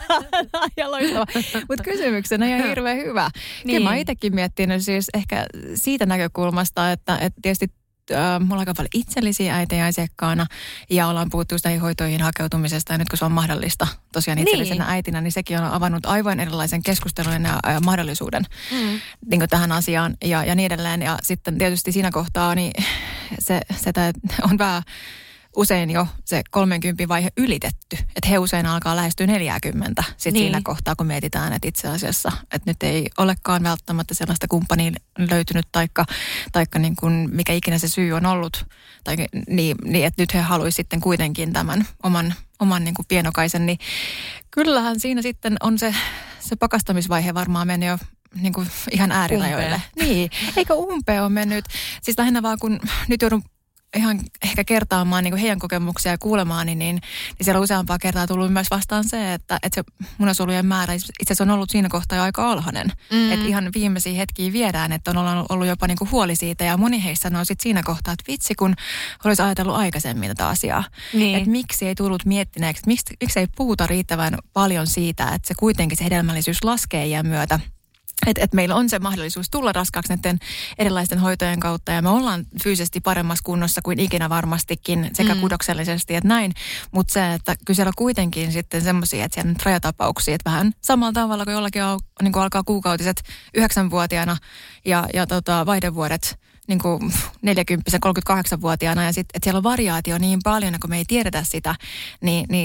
Ja loistava. Mutta kysymyksenä ihan hirveän hyvä. Niin. Kyllä mä itsekin miettinyt siis ehkä siitä näkökulmasta, että tietysti mulla on aika paljon itsellisiä äitejä asiakkaana ja ollaan puhuttu näihin hoitoihin hakeutumisesta ja nyt kun se on mahdollista tosiaan itsellisenä äitinä, niin sekin on avannut aivan erilaisen keskustelun ja mahdollisuuden niin kuin tähän asiaan ja niin edelleen. Ja sitten tietysti siinä kohtaa niin se on vähän usein jo se 30 vaihe ylitetty. Että he usein alkaa lähestyä 40 sitten siinä kohtaa, kun mietitään, että itse asiassa, että nyt ei olekaan välttämättä sellaista kumppania löytynyt taikka niin kuin mikä ikinä se syy on ollut. Tai niin, että nyt he haluaisivat sitten kuitenkin tämän oman niin kuin pienokaisen. Niin kyllähän siinä sitten on se pakastamisvaihe varmaan mennyt jo niin kuin ihan äärirajoille. Niin, eikä umpea ole mennyt. Siis lähinnä vaan kun nyt joudun ihan ehkä kertaamaan niin kuin heidän kokemuksia ja kuulemaani, niin siellä on useampaa kertaa tullut myös vastaan se, että se munasolujen määrä itse asiassa on ollut siinä kohtaa jo aika alhainen. Että ihan viimeisiä hetkiä viedään, että on ollut jopa niin kuin huoli siitä. Ja moni heistä sanoo sitten siinä kohtaa, että vitsi kun olisi ajatellut aikaisemmin tätä asiaa. Niin. Että miksi ei tullut miettineeksi, miksi ei puhuta riittävän paljon siitä, että se kuitenkin se hedelmällisyys laskee iän myötä. Että meillä on se mahdollisuus tulla raskaaksi näiden erilaisten hoitojen kautta ja me ollaan fyysisesti paremmassa kunnossa kuin ikinä varmastikin sekä kudoksellisesti että näin. Mutta se, että kyllä siellä on kuitenkin sitten semmoisia, että siellä on rajatapauksia, että vähän samalla tavalla kuin jollakin niin kuin alkaa kuukautiset 9-vuotiaana ja vaihdevuodet niin kuin 40-38-vuotiaana ja sitten, että siellä on variaatio niin paljon, kun me ei tiedetä sitä, niin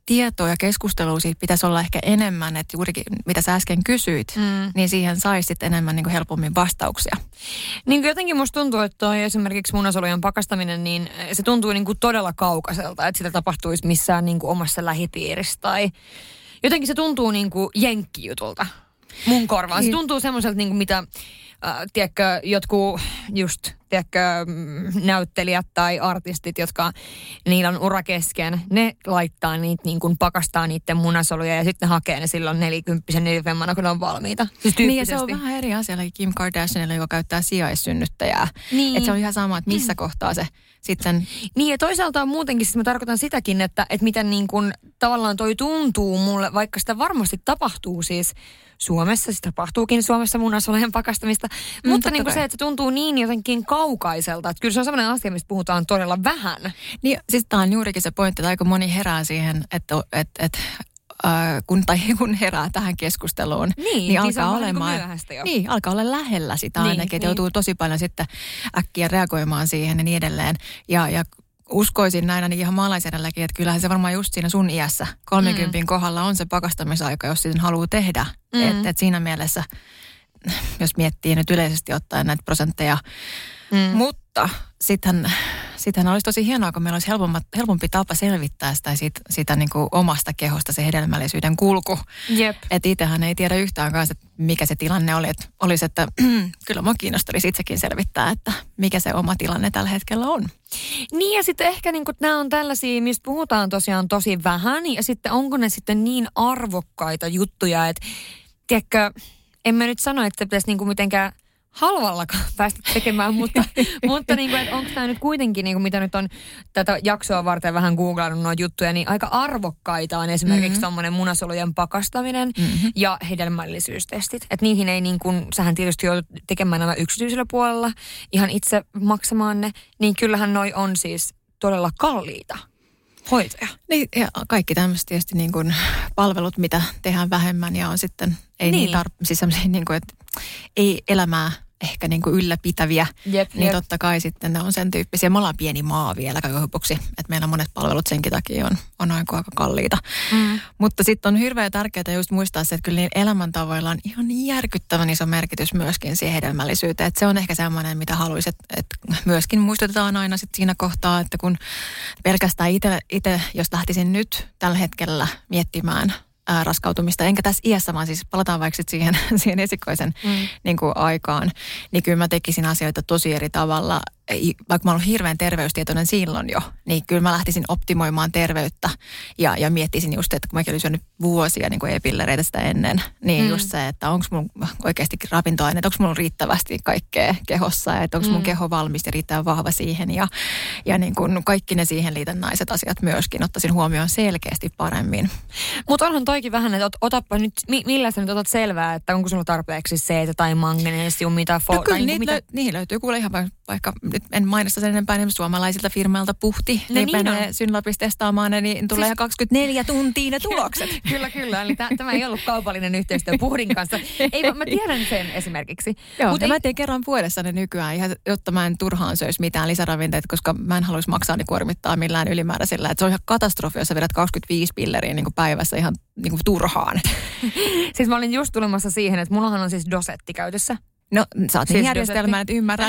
tietoa ja keskustelua siitä pitäisi olla ehkä enemmän, että juurikin mitä sä äsken kysyit, niin siihen saisi sitten enemmän niin kuin helpommin vastauksia. Niin jotenkin musta tuntuu, että toi esimerkiksi munasolujen pakastaminen, niin se tuntuu niin kuin todella kaukaiselta, että sitä tapahtuisi missään niin kuin omassa lähipiirissä tai jotenkin se tuntuu niin kuin jenkkijutulta mun korvaan. Se tuntuu semmoiselta niin kuin mitä, tiedätkö, jotkut just, tiedätkö, näyttelijät tai artistit, jotka niillä on ura kesken, ne laittaa niitä niin kuin pakastaa niiden munasoluja ja sitten hakee ne silloin 40 neliöfemmana, kun ne on valmiita. Siis niin ja se on vähän eri asia, Kim Kardashianilla, joka käyttää sijaissynnyttäjää. Niin. Että se on ihan sama, että missä kohtaa se sitten... Niin ja toisaalta on muutenkin, mä tarkoitan sitäkin, että miten niin kuin tavallaan toi tuntuu mulle, vaikka sitä varmasti tapahtuu siis Suomessa, sitä tapahtuukin Suomessa munasolujen pakastamista, mutta niin kuin se, että se tuntuu niin jotenkin kaukaiselta, että kyllä se on sellainen asia, mistä puhutaan todella vähän. Niin siis tämä on juurikin se pointti, että aika moni herää siihen, että kun herää tähän keskusteluun, niin alkaa olemaan, niin alkaa olla lähellä sitä ainakin, että joutuu tosi paljon sitten äkkiä reagoimaan siihen ja niin edelleen. Ja uskoisin näin ainakin ihan maalaisedälläkin, että kyllähän se varmaan just siinä sun iässä 30 kohdalla on se pakastamisaika, jos sitten haluaa tehdä. Että siinä mielessä, jos miettii nyt yleisesti ottaen näitä prosentteja, mutta sittenhän olisi tosi hienoa, kun meillä olisi helpompi tapa selvittää sitä niin kuin omasta kehosta se hedelmällisyyden kulku. Jep. Että itsehän ei tiedä yhtään kanssa, että mikä se tilanne oli. Että olisi, että kyllä minua kiinnostaisi itsekin selvittää, että mikä se oma tilanne tällä hetkellä on. Niin ja sitten ehkä niin kuin nämä on tällaisia, mistä puhutaan tosiaan tosi vähän. Ja sitten onko ne sitten niin arvokkaita juttuja, että tiedätkö, en mä nyt sano, että pitäisi niin kuin mitenkään halvallakaan päästä tekemään, mutta niin kuin, että onko tämä nyt kuitenkin, niin kuin mitä nyt on tätä jaksoa varten vähän googlannut noita juttuja, niin aika arvokkaita on esimerkiksi tommoinen munasolujen pakastaminen ja hedelmällisyystestit. Että niihin ei niin kuin, sähän tietysti joudut tekemään nämä yksityisellä puolella, ihan itse maksamaan ne, niin kyllähän noi on siis todella kalliita hoitoja. Niin, ja kaikki tämmöiset tietysti niin kuin palvelut, mitä tehdään vähemmän ja on sitten, ei siis sellaisia niin kuin, että ei elämää ehkä niin kuin ylläpitäviä, niin totta kai sitten ne on sen tyyppisiä. Me ollaan pieni maa vielä kaiken huipuksi, että meillä monet palvelut senkin takia on aika kalliita. Mutta sitten on hirveän tärkeää just muistaa se, että kyllä niin elämäntavoilla on ihan järkyttävän iso merkitys myöskin siihen hedelmällisyyteen. Että se on ehkä semmoinen, mitä haluaisin, että myöskin muistutetaan aina sit siinä kohtaa, että kun pelkästään itse, jos lähtisin nyt tällä hetkellä miettimään raskautumista, enkä tässä iässä, vaan siis palataan vaikka siihen esikoisen niin kuin aikaan, niin kyllä mä tekisin asioita tosi eri tavalla. Vaikka mä olen hirveän terveystietoinen silloin jo, niin kyllä mä lähtisin optimoimaan terveyttä ja miettisin just, että kun mäkin olin syönyt vuosia niin kuin e-pillereitä sitä ennen, niin just se, että onko mulla oikeastikin ravintoaineet, onko mulla riittävästi kaikkea kehossa ja että onko mun keho valmis ja riittävän vahva siihen ja niin kuin kaikki ne siihen liitännäiset asiat myöskin ottaisin huomioon selkeästi paremmin. Mutta onhan toikin vähän, että otappa nyt, millä sä nyt otat selvää, että onko sulla tarpeeksi C tai mangnesiumia tai niihin löytyy kuule ihan vaikka nyt en mainista sen enempää suomalaisilta firmalta Puhti. Niin menee Synlabissa testaamaan ne, niin tulee siis 24 tuntia ne tulokset. Kyllä. Eli tämä ei ollut kaupallinen yhteistyö Puhdin kanssa. Ei, mä tiedän sen esimerkiksi. Joo, mä teen kerran vuodessa ne nykyään, ihan, jotta mä en turhaan söisi mitään lisäravinteita, koska mä en haluaisi maksaa niin kuormittaa millään ylimääräisellä. Et se on ihan katastrofi, jos sä vedät 25 pilleriä niin kuin päivässä ihan niin kuin turhaan. Siis mä olin just tulemassa siihen, että mullahan on siis dosetti käytössä. No, sä oot siis niin järjestelmään, että ymmärrän.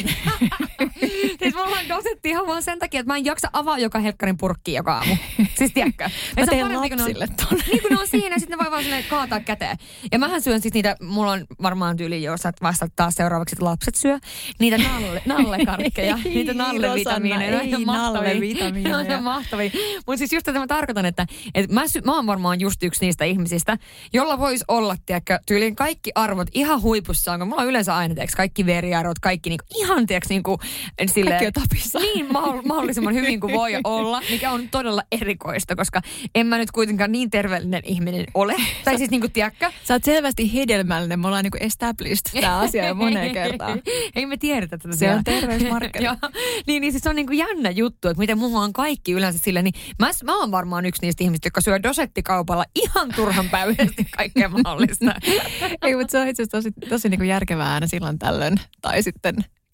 Siis mulla on dosetti ihan vaan sen takia, että mä en jaksa avaa joka helkkarin purkkiin joka aamu. Siis tiedätkö? Mä teen lapsille ton. Niin kun ne on siinä, sitten ne voi vaan silleen kaataa käteen. Ja mähän syön siis niitä, mulla on varmaan tyyli, jos sä vastaat taas seuraavaksi, että lapset syö. Niitä nallekarkkeja, niitä nallevitamiineja. Ei nallevitamiineja. Ne on mahtavia. Mutta siis just tätä mä tarkoitan, että mä oon varmaan just yksi niistä ihmisistä, jolla voisi olla, tiedätkö, tyyliin kaikki arvot ihan huipussaan, kun mulla on yleensä aina, tiedätkö, kaikki veriarvot, kaikki niinku, ihan, tiedätkö, niinku, silleen, kaikki on tapissa. Niin mahdollisimman hyvin kuin voi olla, mikä on todella erikoista, koska en mä nyt kuitenkaan niin terveellinen ihminen ole. Tai siis niinku, tiedätkö? Sä oot selvästi hedelmällinen, me ollaan niinku established tää asia jo moneen kertaan. Ei me tiedetä tätä. Se on terveysmarkkeri. niin siis se on niinku jännä juttu, että miten mulla on kaikki yleensä sillä, niin mä oon varmaan yksi niistä ihmistä, jotka syö dosettikaupalla ihan turhan päiväisesti kaikkea mahdollista. Ei, mutta se on itse asiassa tosi niinku järkevää aina silloin tällöin. Tai sitten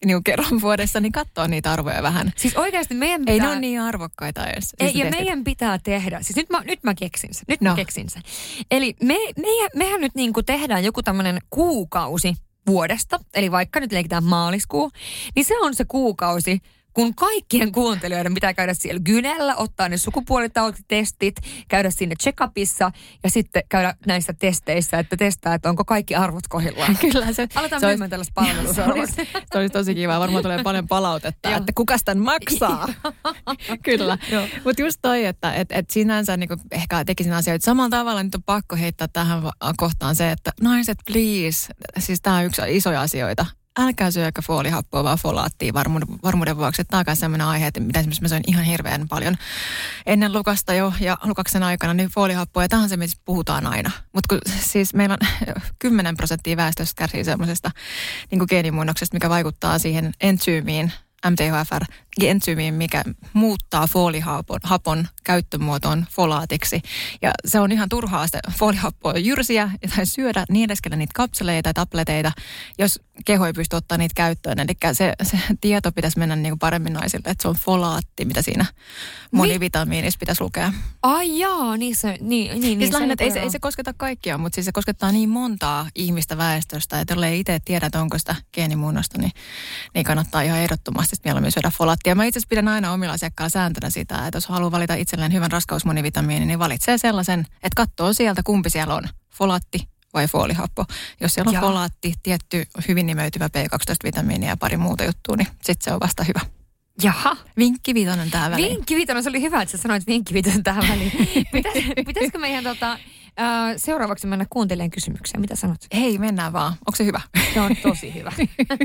niin kerran vuodessa, niin katsoa niitä arvoja vähän. Siis oikeasti meidän pitää... Ei ne ole niin arvokkaita edes. Ei, ja meidän pitää tehdä, siis nyt mä keksin sen. Mä keksin sen. Eli mehän nyt niin kuin tehdään joku tämmöinen kuukausi vuodesta, eli vaikka nyt leikitään maaliskuu, niin se on se kuukausi, kun kaikkien kuuntelijoiden pitää käydä siellä Gynellä, ottaa ne sukupuolitautitestit, käydä sinne check-upissa ja sitten käydä näissä testeissä, että testaa, että onko kaikki arvot kohdillaan. Kyllä se. Aletaan myymään tällaista palvelua. Se olisi tosi kiva. Varmaan tulee paljon palautetta, että kukas tämän maksaa. Kyllä. Mutta just toi, että sinänsä niin ehkä tekisin asioita samalla tavalla. Nyt on pakko heittää tähän kohtaan se, että naiset please, siis tämä on yksi isoja asioita. Älkää syökö foolihappoa, vaan folaattia varmuuden vuoksi. Tämä on myös sellainen aihe, että mitä esimerkiksi mä söin ihan hirveän paljon ennen Lukasta jo ja Lukaksen aikana, niin foolihappoa. Ja tämä on se, mistä puhutaan aina. Mutta siis meillä on 10% väestöstä kärsii semmoisesta niin geenimuunnoksesta, mikä vaikuttaa siihen entsyymiin, MTHFR-entsyymiin, mikä muuttaa foolihapon käyttömuotoon folaatiksi. Ja se on ihan turhaa se foolihappoa jyrsiä tai syödä niin edeskellä niitä kapseleita tai tableteita, jos keho ei pysty ottaa niitä käyttöön. Eli se tieto pitäisi mennä niin kuin paremmin naisille, että se on folaatti, mitä siinä monivitamiinissa pitäisi lukea. Ai jaa, niin se... Siis lähinnä, ei se kosketa kaikkia, mutta siis se koskettaa niin montaa ihmistä väestöstä, että jollei itse tiedä, että onko sitä geenimuunnosta, niin kannattaa ihan ehdottomasti mieluummin syödä folaattia. Mä itse asiassa pidän aina omilla asiakkailla sääntönä sitä, että jos haluaa valita itselleen hyvän raskausmonivitamiinin, niin valitsee sellaisen, että katsoo sieltä, kumpi siellä on, folaatti vai foolihappo. Jos siellä on folaatti, tietty hyvin nimeytyvä B12-vitamiini ja pari muuta juttua, niin sitten se on vasta hyvä. Jaha. Vinkki viitonen tähän väliin. Vinkki viitonen, se oli hyvä, että sä sanoit vinkki viitonen tähän väliin. Pitäisikö meidän seuraavaksi mennä kuuntelijan kysymykseen? Mitä sanot? Hei, mennään vaan. Onko se hyvä? Se on tosi hyvä.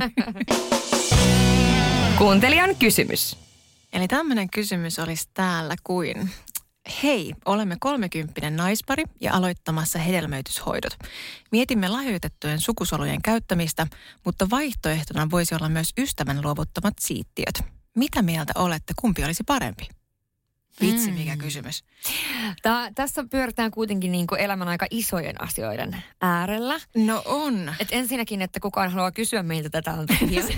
Kuuntelijan kysymys. Eli tämmöinen kysymys olisi täällä kuin: hei, olemme 30 naispari ja aloittamassa hedelmöityshoidot. Mietimme lahjoitettujen sukusolujen käyttämistä, mutta vaihtoehtona voisi olla myös ystävän luovuttamat siittiöt. Mitä mieltä olette, kumpi olisi parempi? Vitsi, mikä kysymys. Tässä pyöritään kuitenkin niin kuin elämän aika isojen asioiden äärellä. No on. Et ensinnäkin, että kukaan haluaa kysyä meiltä tätä on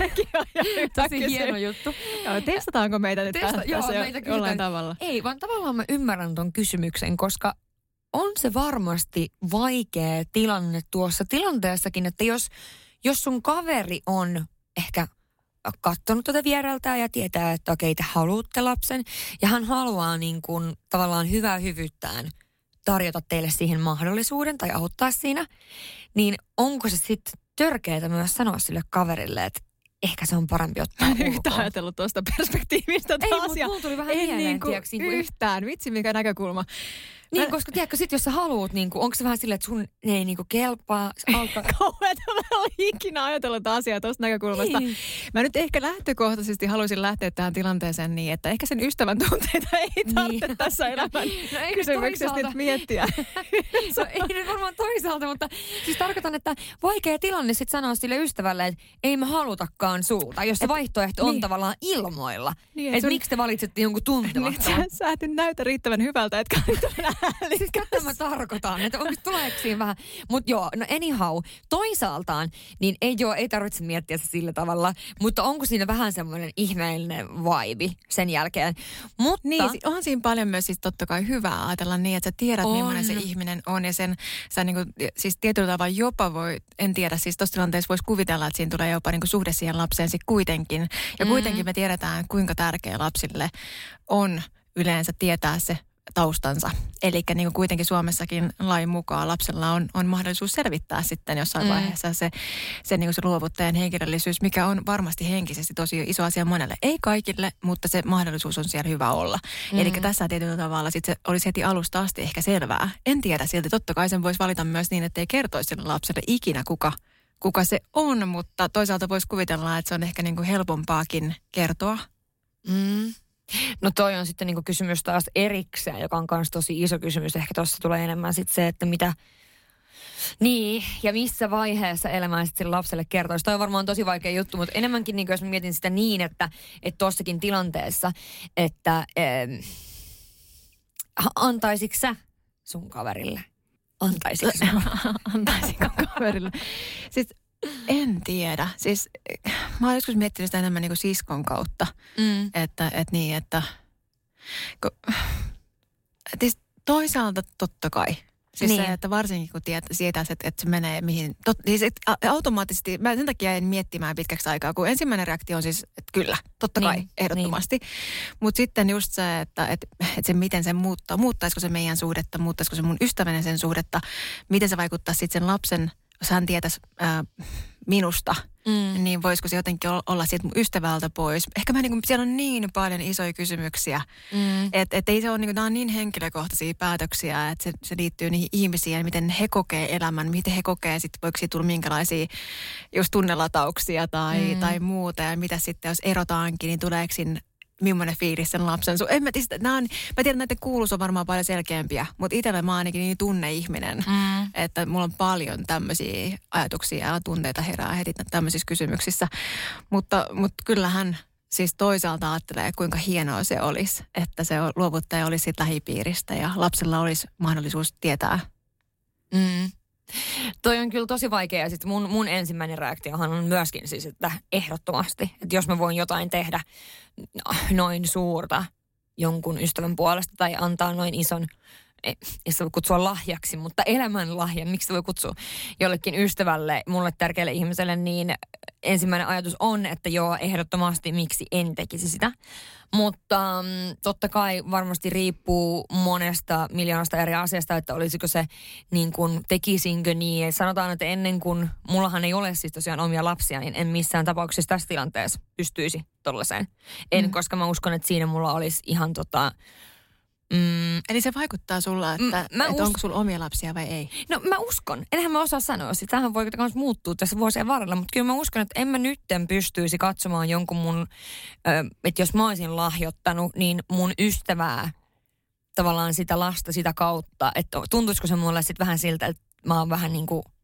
tosi hieno juttu. Joo, testataanko meitä nyt tässä jollain tavalla? Ei, vaan tavallaan mä ymmärrän ton kysymyksen, koska on se varmasti vaikea tilanne tuossa tilanteessakin, että jos sun kaveri on ehkä katsonut tätä viereltään ja tietää, että okei, te haluatte lapsen. Ja hän haluaa niin kuin tavallaan hyvää hyvyyttään tarjota teille siihen mahdollisuuden tai auttaa siinä. Niin onko se sitten törkeätä myös sanoa sille kaverille, että ehkä se on parempi ottaa ulkoon? En yhtään ajatellut tuosta perspektiivistä. Ei, mutta mulla tuli vähän mieleen. Yhtään. Vitsi, mikä näkökulma. Niin, koska tiedätkö, sit jos sä haluut, niin onko se vähän silleen, että sun ei niin kelpaa? Kauheeta, mä olen ikinä ajatellut asiaa tuosta näkökulmasta. Niin. Mä nyt ehkä lähtökohtaisesti haluaisin lähteä tähän tilanteeseen niin, että ehkä sen ystävän tunteita ei tarvitse tässä elämän kysymyksestä nyt miettiä. No, ei nyt varmaan toisaalta, mutta siis tarkoitan, että vaikea tilanne sitten sanoa sille ystävälle, että ei me halutakaan sulta, jos se vaihtoehto on tavallaan ilmoilla. Niin, että miksi te valitsette jonkun tuntemattoman? Niin, sä et nyt näytä riittävän hyvältä, etkä siis tätä mä tarkoitan, että onko tuleeko siinä vähän. Mutta joo, no anyhow, toisaaltaan, niin ei tarvitse miettiä se sillä tavalla, mutta onko siinä vähän semmoinen ihmeellinen vibe sen jälkeen. Mutta niin, onhan siinä paljon myös siis totta kai hyvää ajatella niin, että sä tiedät, millainen se ihminen on ja sen sä niinku, siis tietyllä tavalla jopa voi, en tiedä, siis tuossa tilanteessa voisi kuvitella, että siinä tulee jopa niinku suhde siihen lapseen sit kuitenkin. Ja kuitenkin me tiedetään, kuinka tärkeä lapsille on yleensä tietää se taustansa. Eli niin kuitenkin Suomessakin lain mukaan lapsella on mahdollisuus selvittää sitten jossain vaiheessa se niin se luovuttajan henkilöllisyys, mikä on varmasti henkisesti tosi iso asia monelle. Ei kaikille, mutta se mahdollisuus on siellä hyvä olla. Eli tässä tietyllä tavalla sitten se olisi heti alusta asti ehkä selvää. En tiedä silti. Totta kai sen voisi valita myös niin, että ei kertoisi sille lapselle ikinä kuka se on, mutta toisaalta voisi kuvitella, että se on ehkä niin kuin helpompaakin kertoa. No toi on sitten niinku kysymys taas erikseen, joka on myös tosi iso kysymys. Ehkä tuossa tulee enemmän sitten se, että mitä, niin, ja missä vaiheessa elämää sitten sille lapselle kertoisi. Toi on varmaan tosi vaikea juttu, mutta enemmänkin niinku, jos mä mietin sitä niin, että tuossakin tilanteessa, että antaisitko sä sun kaverille? Antaisitko kaverille? Siis En tiedä. Siis mä oon joskus miettinyt sitä enemmän niin kuin siskon kautta. Että toisaalta totta kai. Siis niin. Se, että varsinkin kun tietää, että se menee mihin. Siis automaattisesti, mä sen takia en miettimään pitkäksi aikaa, kun ensimmäinen reaktio on siis, että kyllä, totta kai, niin, ehdottomasti. Niin. Mutta sitten just se, että se miten se muuttaa, muuttaisiko se meidän suhdetta, muuttaisiko se mun ystävänen sen suhdetta, miten se vaikuttaa sitten sen lapsen, jos hän tietäisi minusta, niin voisiko se jotenkin olla siitä mun ystävältä pois. Ehkä siellä on niin paljon isoja kysymyksiä, että ei se ole, nämä on niin henkilökohtaisia päätöksiä, että se liittyy niihin ihmisiin ja miten he kokee elämän, miten he kokee, sitten voiko siitä tulla minkälaisia just tunnelatauksia tai muuta, ja mitä sitten, jos erotaankin, niin tuleeko siinä millainen fiilis sen lapsen. Mä tiedän, että näiden kuuluus on varmaan paljon selkeämpiä, mutta itsellä mä oon ainakin niin tunneihminen, että mulla on paljon tämmöisiä ajatuksia ja tunteita herää heti tämmöisissä kysymyksissä. Mutta kyllähän siis toisaalta ajattelee, kuinka hienoa se olisi, että se luovuttaja olisi siitä lähipiiristä ja lapsella olisi mahdollisuus tietää. Toi on kyllä tosi vaikea. Sitten mun ensimmäinen reaktiohan on myöskin siis, että ehdottomasti, että jos mä voin jotain tehdä noin suurta jonkun ystävän puolesta tai antaa noin ison, ei se voi kutsua lahjaksi, mutta elämän lahjan, miksi se voi kutsua jollekin ystävälle, mulle tärkeälle ihmiselle, niin ensimmäinen ajatus on, että joo, ehdottomasti miksi en tekisi sitä. Mutta totta kai varmasti riippuu monesta miljoonasta eri asiasta, että olisiko se niin kuin, tekisinkö niin. Sanotaan, että ennen kuin, mullahan ei ole siis tosiaan omia lapsia, niin en missään tapauksessa tässä tilanteessa pystyisi tollaiseen. En, koska mä uskon, että siinä mulla olisi ihan Eli se vaikuttaa sulla, että onko sulla omia lapsia vai ei? No mä uskon. Enhän mä osaa sanoa. Tämähän voi myös muuttua tässä vuosien varrella, mutta kyllä mä uskon, että en mä nytten pystyisi katsomaan jonkun mun, että jos mä olisin lahjoittanut, niin mun ystävää tavallaan sitä lasta sitä kautta, että tuntuisiko se mulle sitten vähän siltä, että mä oon vähän niin kuin,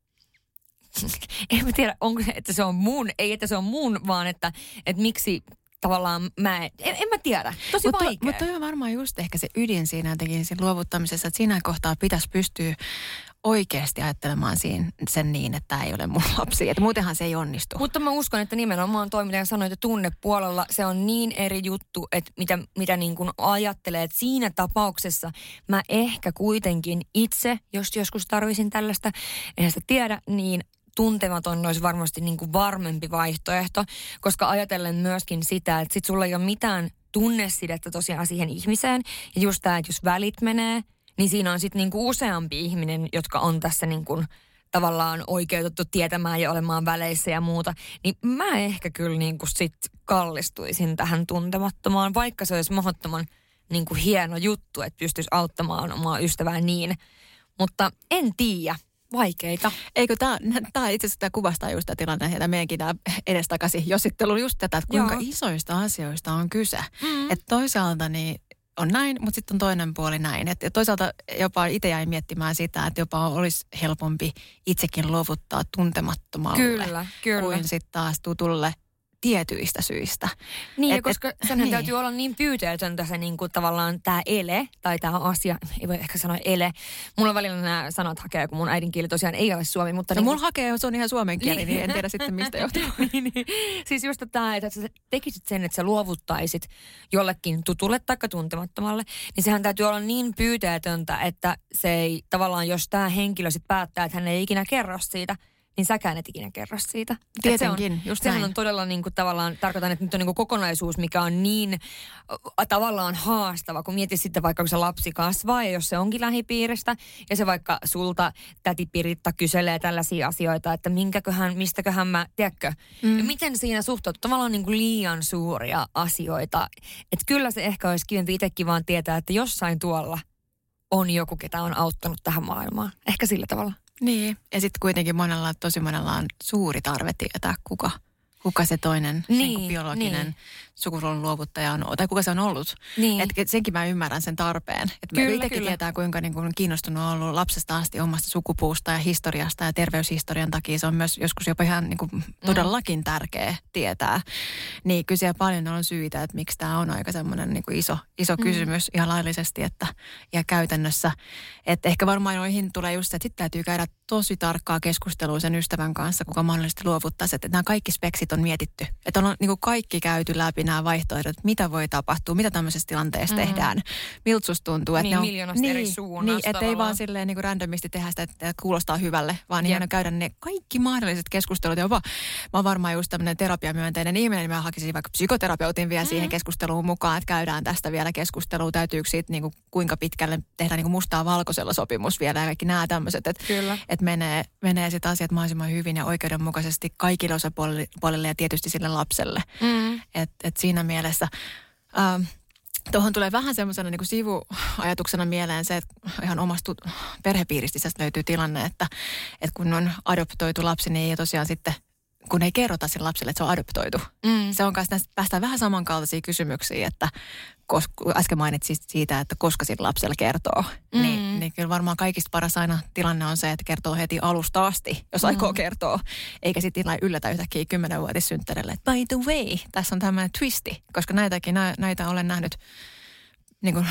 en mä tiedä, onko se, että se on mun, ei että se on mun, vaan että miksi tavallaan en mä tiedä. Tosi vaikea. Mutta toi on varmaan just ehkä se ydin siinä jotenkin siinä luovuttamisessa, että siinä kohtaa pitäisi pystyä oikeasti ajattelemaan sen niin, että tämä ei ole mun lapsi. Että muutenhan se ei onnistu. Mutta mä uskon, että nimenomaan toi, mitä sanoit, että tunnepuolella se on niin eri juttu, että mitä niin kuin ajattelee. Että siinä tapauksessa mä ehkä kuitenkin itse, jos joskus tarvisin tällaista, eihän sitä tiedä, niin tuntematon olisi varmasti niin kuin varmempi vaihtoehto, koska ajatellen myöskin sitä, että sit sulla ei ole mitään tunnesidettä tosiaan siihen ihmiseen. Ja just tämä, että jos välit menee, niin siinä on sitten niin kuin useampi ihminen, jotka on tässä niin kuin tavallaan oikeutettu tietämään ja olemaan väleissä ja muuta. Niin mä ehkä kyllä niin kuin sit kallistuisin tähän tuntemattomaan, vaikka se olisi mahdottoman niin kuin hieno juttu, että pystyisi auttamaan omaa ystävää niin. Mutta en tiedä. Vaikeita. Eikö tämä itse asiassa kuvastaa just tämä tilanne, että meidänkin tämä edestakaisin jossittelu just tätä, että kuinka isoista asioista on kyse. Että toisaalta niin on näin, mutta sitten on toinen puoli näin. Että toisaalta jopa itse jäi miettimään sitä, että jopa olisi helpompi itsekin luovuttaa tuntemattomalle kuin sitten taas tutulle tietyistä syistä. Niin, koska senhän täytyy olla niin pyyteetöntä se niin kuin tavallaan tämä ele, tai tämä asia, ei voi ehkä sanoa ele. Mulla on välillä nämä sanat hakee, kun mun äidinkieli tosiaan ei ole suomi, mutta no, mulla hakee, se on ihan suomen kieli, niin en tiedä sitten mistä johtuu. niin. Siis just tämä, että sä tekisit sen, että sä luovuttaisit jollekin tutulle tai tuntemattomalle, niin sehän täytyy olla niin pyyteetöntä, että se ei tavallaan, jos tämä henkilö sitten päättää, että hän ei ikinä kerro siitä, niin säkään et ikinä kerro siitä. Tietenkin, just näin. Sehän on todella niin kuin, tavallaan, tarkoitan, että nyt on niin kuin kokonaisuus, mikä on niin tavallaan haastava, kun mietit sitten vaikka, kun se lapsi kasvaa ja jos se onkin lähipiiristä ja se vaikka sulta täti Piritta kyselee tällaisia asioita, että mistäköhän mä, tiedätkö, ja miten siinä suhtautuu tavallaan niin kuin liian suuria asioita. Että kyllä se ehkä olisi kivempi itsekin vaan tietää, että jossain tuolla on joku, ketä on auttanut tähän maailmaan. Ehkä sillä tavalla. Niin, ja sitten kuitenkin tosi monella on suuri tarve tietää, kuka se toinen biologinen sukupuolen luovuttaja on, tai kuka se on ollut. Niin. Että senkin mä ymmärrän sen tarpeen. Että me itsekin tietää, kuinka niin kuin kiinnostunut on ollut lapsesta asti omasta sukupuusta ja historiasta ja terveyshistorian takia. Se on myös joskus jopa ihan niin kuin todellakin tärkeä tietää. Niin kyllä siellä paljon on syitä, että miksi tämä on aika semmoinen niin kuin iso kysymys ihan laillisesti ja käytännössä. Että ehkä varmaan noihin tulee just se, että sitten täytyy käydä tosi tarkkaa keskustelua sen ystävän kanssa, kuka mahdollisesti luovuttaisi, että nämä kaikki speksit on mietitty. Että on niin kuin kaikki käyty läpi nämä vaihtoehdot, että mitä voi tapahtua, mitä tämmöisessä tilanteessa tehdään, miltä susta tuntuu. Että niin, miljoonasta eri suunnasta. Niin, että ei vaan silleen niin kuin randomisti tehdä sitä, että kuulostaa hyvälle, vaan ihan käydä ne kaikki mahdolliset keskustelut. Jopa mä oon varmaan just tämmöinen terapiamyönteinen ihminen, niin mä hakisin vaikka psykoterapeutin vielä siihen keskusteluun mukaan, että käydään tästä vielä keskustelua. Täytyykö siitä niin kuin, kuinka pitkälle tehdään niin kuin mustaa valkoisella sopimus vielä ja kaikki nämä tämmöiset, että menee sitten asiat mahdollisimman hyvin ja oikeudenmukaisesti kaikille osapuolille ja tietysti sille lapselle. Et siinä mielessä tuohon tulee vähän semmoisena niin kuin sivuajatuksena mieleen se, että ihan omasta perhepiiristä löytyy tilanne, että kun on adoptoitu lapsi, niin ei tosiaan sitten, kun ei kerrota sille lapselle, että se on adoptoitu. Se on kanssa, päästään vähän samankaltaisia kysymyksiä, että äsken mainitsit siitä, että koska sillä lapsella kertoo, niin kyllä varmaan kaikista paras aina tilanne on se, että kertoo heti alusta asti, jos aikoo kertoa, eikä sitten yllätä yhtäkkiä 10-vuotissynttärille, että by the way, tässä on tämmöinen twisti, koska näitä olen nähnyt niin kuin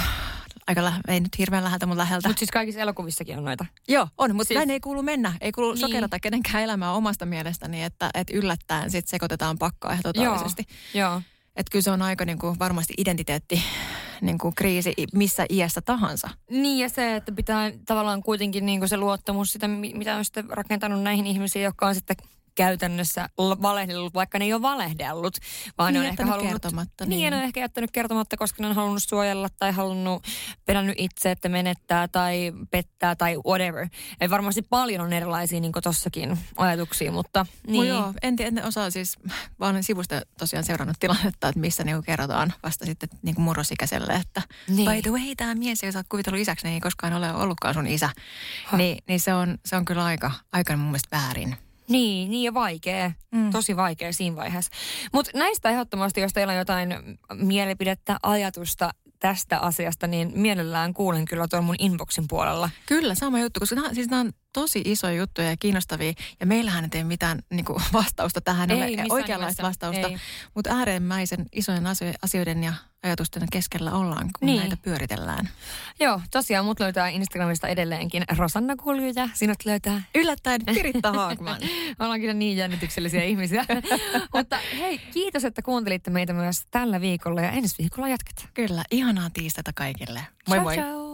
ei nyt hirveän läheltä, mutta läheltä. Mutta siis kaikissa elokuvissakin on noita. Joo, on, mutta näin ei kuulu mennä. Ei kuulu sokerata kenenkään elämää omasta mielestäni, että yllättäen sitten sekoitetaan pakkaa ihan totaalisesti. Joo. Että kyllä se on aika niin kuin varmasti identiteetti niin kuin kriisi missä iässä tahansa. Niin ja se, että pitää tavallaan kuitenkin niin kuin se luottamus sitä, mitä on sitten rakentanut näihin ihmisiin, jotka on sitten käytännössä valehdellut, vaikka ne ei ole valehdellut, vaan niin, ne on ehkä halunnut kertomatta. Niin, ne on ehkä jättänyt kertomatta, koska ne on halunnut suojella tai halunnut pelännyt itse, että menettää tai pettää tai whatever. Eli varmasti paljon on erilaisia niin kuin tossakin ajatuksia, mutta niin. Joo, en osaa siis, vaan sivusta tosiaan seurannut tilannetta, että missä niin kerrotaan vasta sitten niin kuin murrosikäiselle, että by the way, tämä mies, joka sä oot kuvitellut isäksi, niin ei koskaan ole ollutkaan sun isä. Niin se on kyllä aika mun mielestä väärin. Niin ja vaikea. Tosi vaikea siinä vaiheessa. Mutta näistä ehdottomasti, jos teillä on jotain mielipidettä, ajatusta tästä asiasta, niin mielellään kuulen kyllä tuon mun inboxin puolella. Kyllä, sama juttu, koska nämä on tosi isoja juttuja ja kiinnostavia. Ja meillähän ei mitään niin kuin vastausta tähän, ei oikeanlaista vastausta. Mutta äärimmäisen isojen asioiden ja ajatusten keskellä ollaan, kun näitä pyöritellään. Joo, tosiaan mut löytää Instagramista edelleenkin Rosanna Kulju ja sinut löytää yllättäen Piritta Haagman. Ollaan kyllä niin jännityksellisiä ihmisiä. Mutta hei, kiitos, että kuuntelitte meitä myös tällä viikolla ja ensi viikolla jatketaan. Kyllä, ihanaa tiistaita kaikille. Moi moi. Ciao.